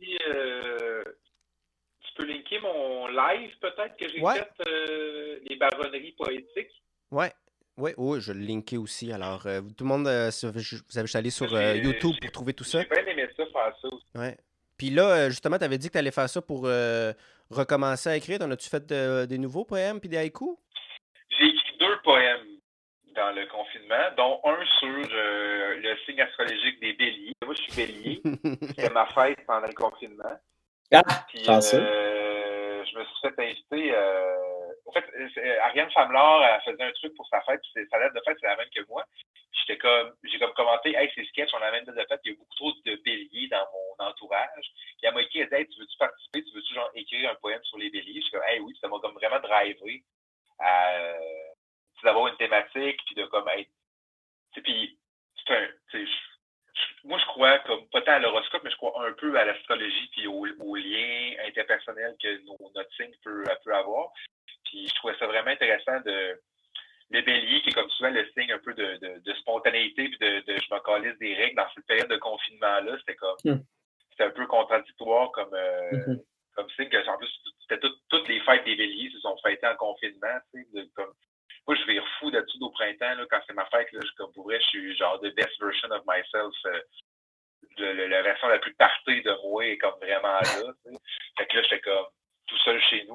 peux linker mon live, peut-être, que j'ai fait, les baronneries poétiques. Oui, je vais le linker aussi. Alors, tout le monde, vous avez allé sur YouTube pour trouver tout ça. J'ai bien aimé ça, faire ça aussi. Ouais. Puis là, justement, tu avais dit que tu allais faire ça pour recommencer à écrire. En as-tu fait des nouveaux poèmes puis des haïkus? J'ai écrit 2 poèmes dans le confinement, dont un sur le signe astrologique des béliers. Moi, je suis bélier. C'était ma fête pendant le confinement. Puis, je me suis fait inviter... en fait, Ariane Famelard, elle faisait un truc pour sa fête, puis sa date de fête, c'est la même que moi. J'ai comme commenté, hey, c'est sketch, on a la même date de fête, il y a beaucoup trop de béliers dans mon entourage. Puis elle m'a écrit, elle dit, hey, tu veux-tu participer, tu veux-tu genre écrire un poème sur les béliers? Je suis comme, hey, oui, ça m'a comme vraiment drivé à d'avoir une thématique, puis de comme être. Puis, moi, je crois, comme pas tant à l'horoscope, mais je crois un peu à l'astrologie, puis aux liens interpersonnels que notre signe peut avoir. Puis je trouvais ça vraiment intéressant le bélier, qui est comme souvent le signe un peu de spontanéité, puis de je me calisse des règles dans cette période de confinement-là. C'était un peu contradictoire comme signe. Que, en plus, c'était toutes les fêtes des béliers se sont fêtées en confinement. Comme, moi, je vais fou d'habitude au printemps, là, quand c'est ma fête, là, comme pour vrai, je suis genre the best version of myself. La version la plus partée de moi est comme vraiment là. T'sais. Fait que là, j'étais comme tout seul chez nous. Fait que là, ça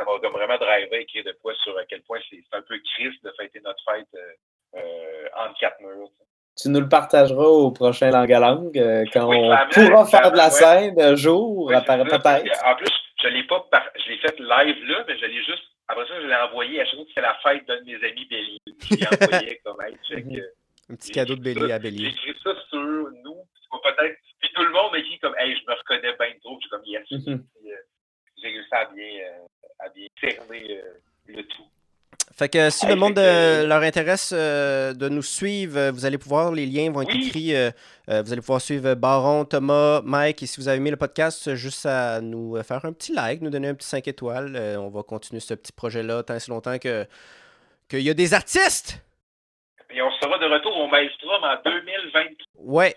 m'a comme vraiment drivé à écrire de quoi sur à quel point c'est un peu triste de fêter notre fête entre quatre murs. Tu nous le partageras au prochain Langue à Langue quand Oui, on pourra faire de la scène un jour, oui, peut-être. En plus, je l'ai fait live là, mais je l'ai juste. Après ça, je l'ai envoyé à chaque fois que c'était la fête d'un de mes amis Bélier. Je l'ai envoyé comme check. Un petit cadeau de Bélier à Bélier. J'ai écrit ça sur nous. Peut-être. Puis tout le monde m'a dit comme hey, je me reconnais bien trop. J'ai comme yes. J'ai réussi à bien cerner le tout. Fait que si le monde leur intéresse de nous suivre, vous allez pouvoir, les liens vont être écrits. Vous allez pouvoir suivre Baron, Thomas, Mike. Et si vous avez aimé le podcast, juste à nous faire un petit like, nous donner un petit 5 étoiles. On va continuer ce petit projet-là tant et si longtemps qu'il y a des artistes. Et on sera de retour au Maelstrom en 2023. Ouais.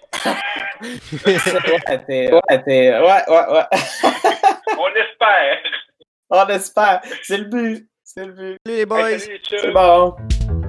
Ouais. On espère. On espère. C'est le but. Salut les boys. Hey, salut, c'est bon.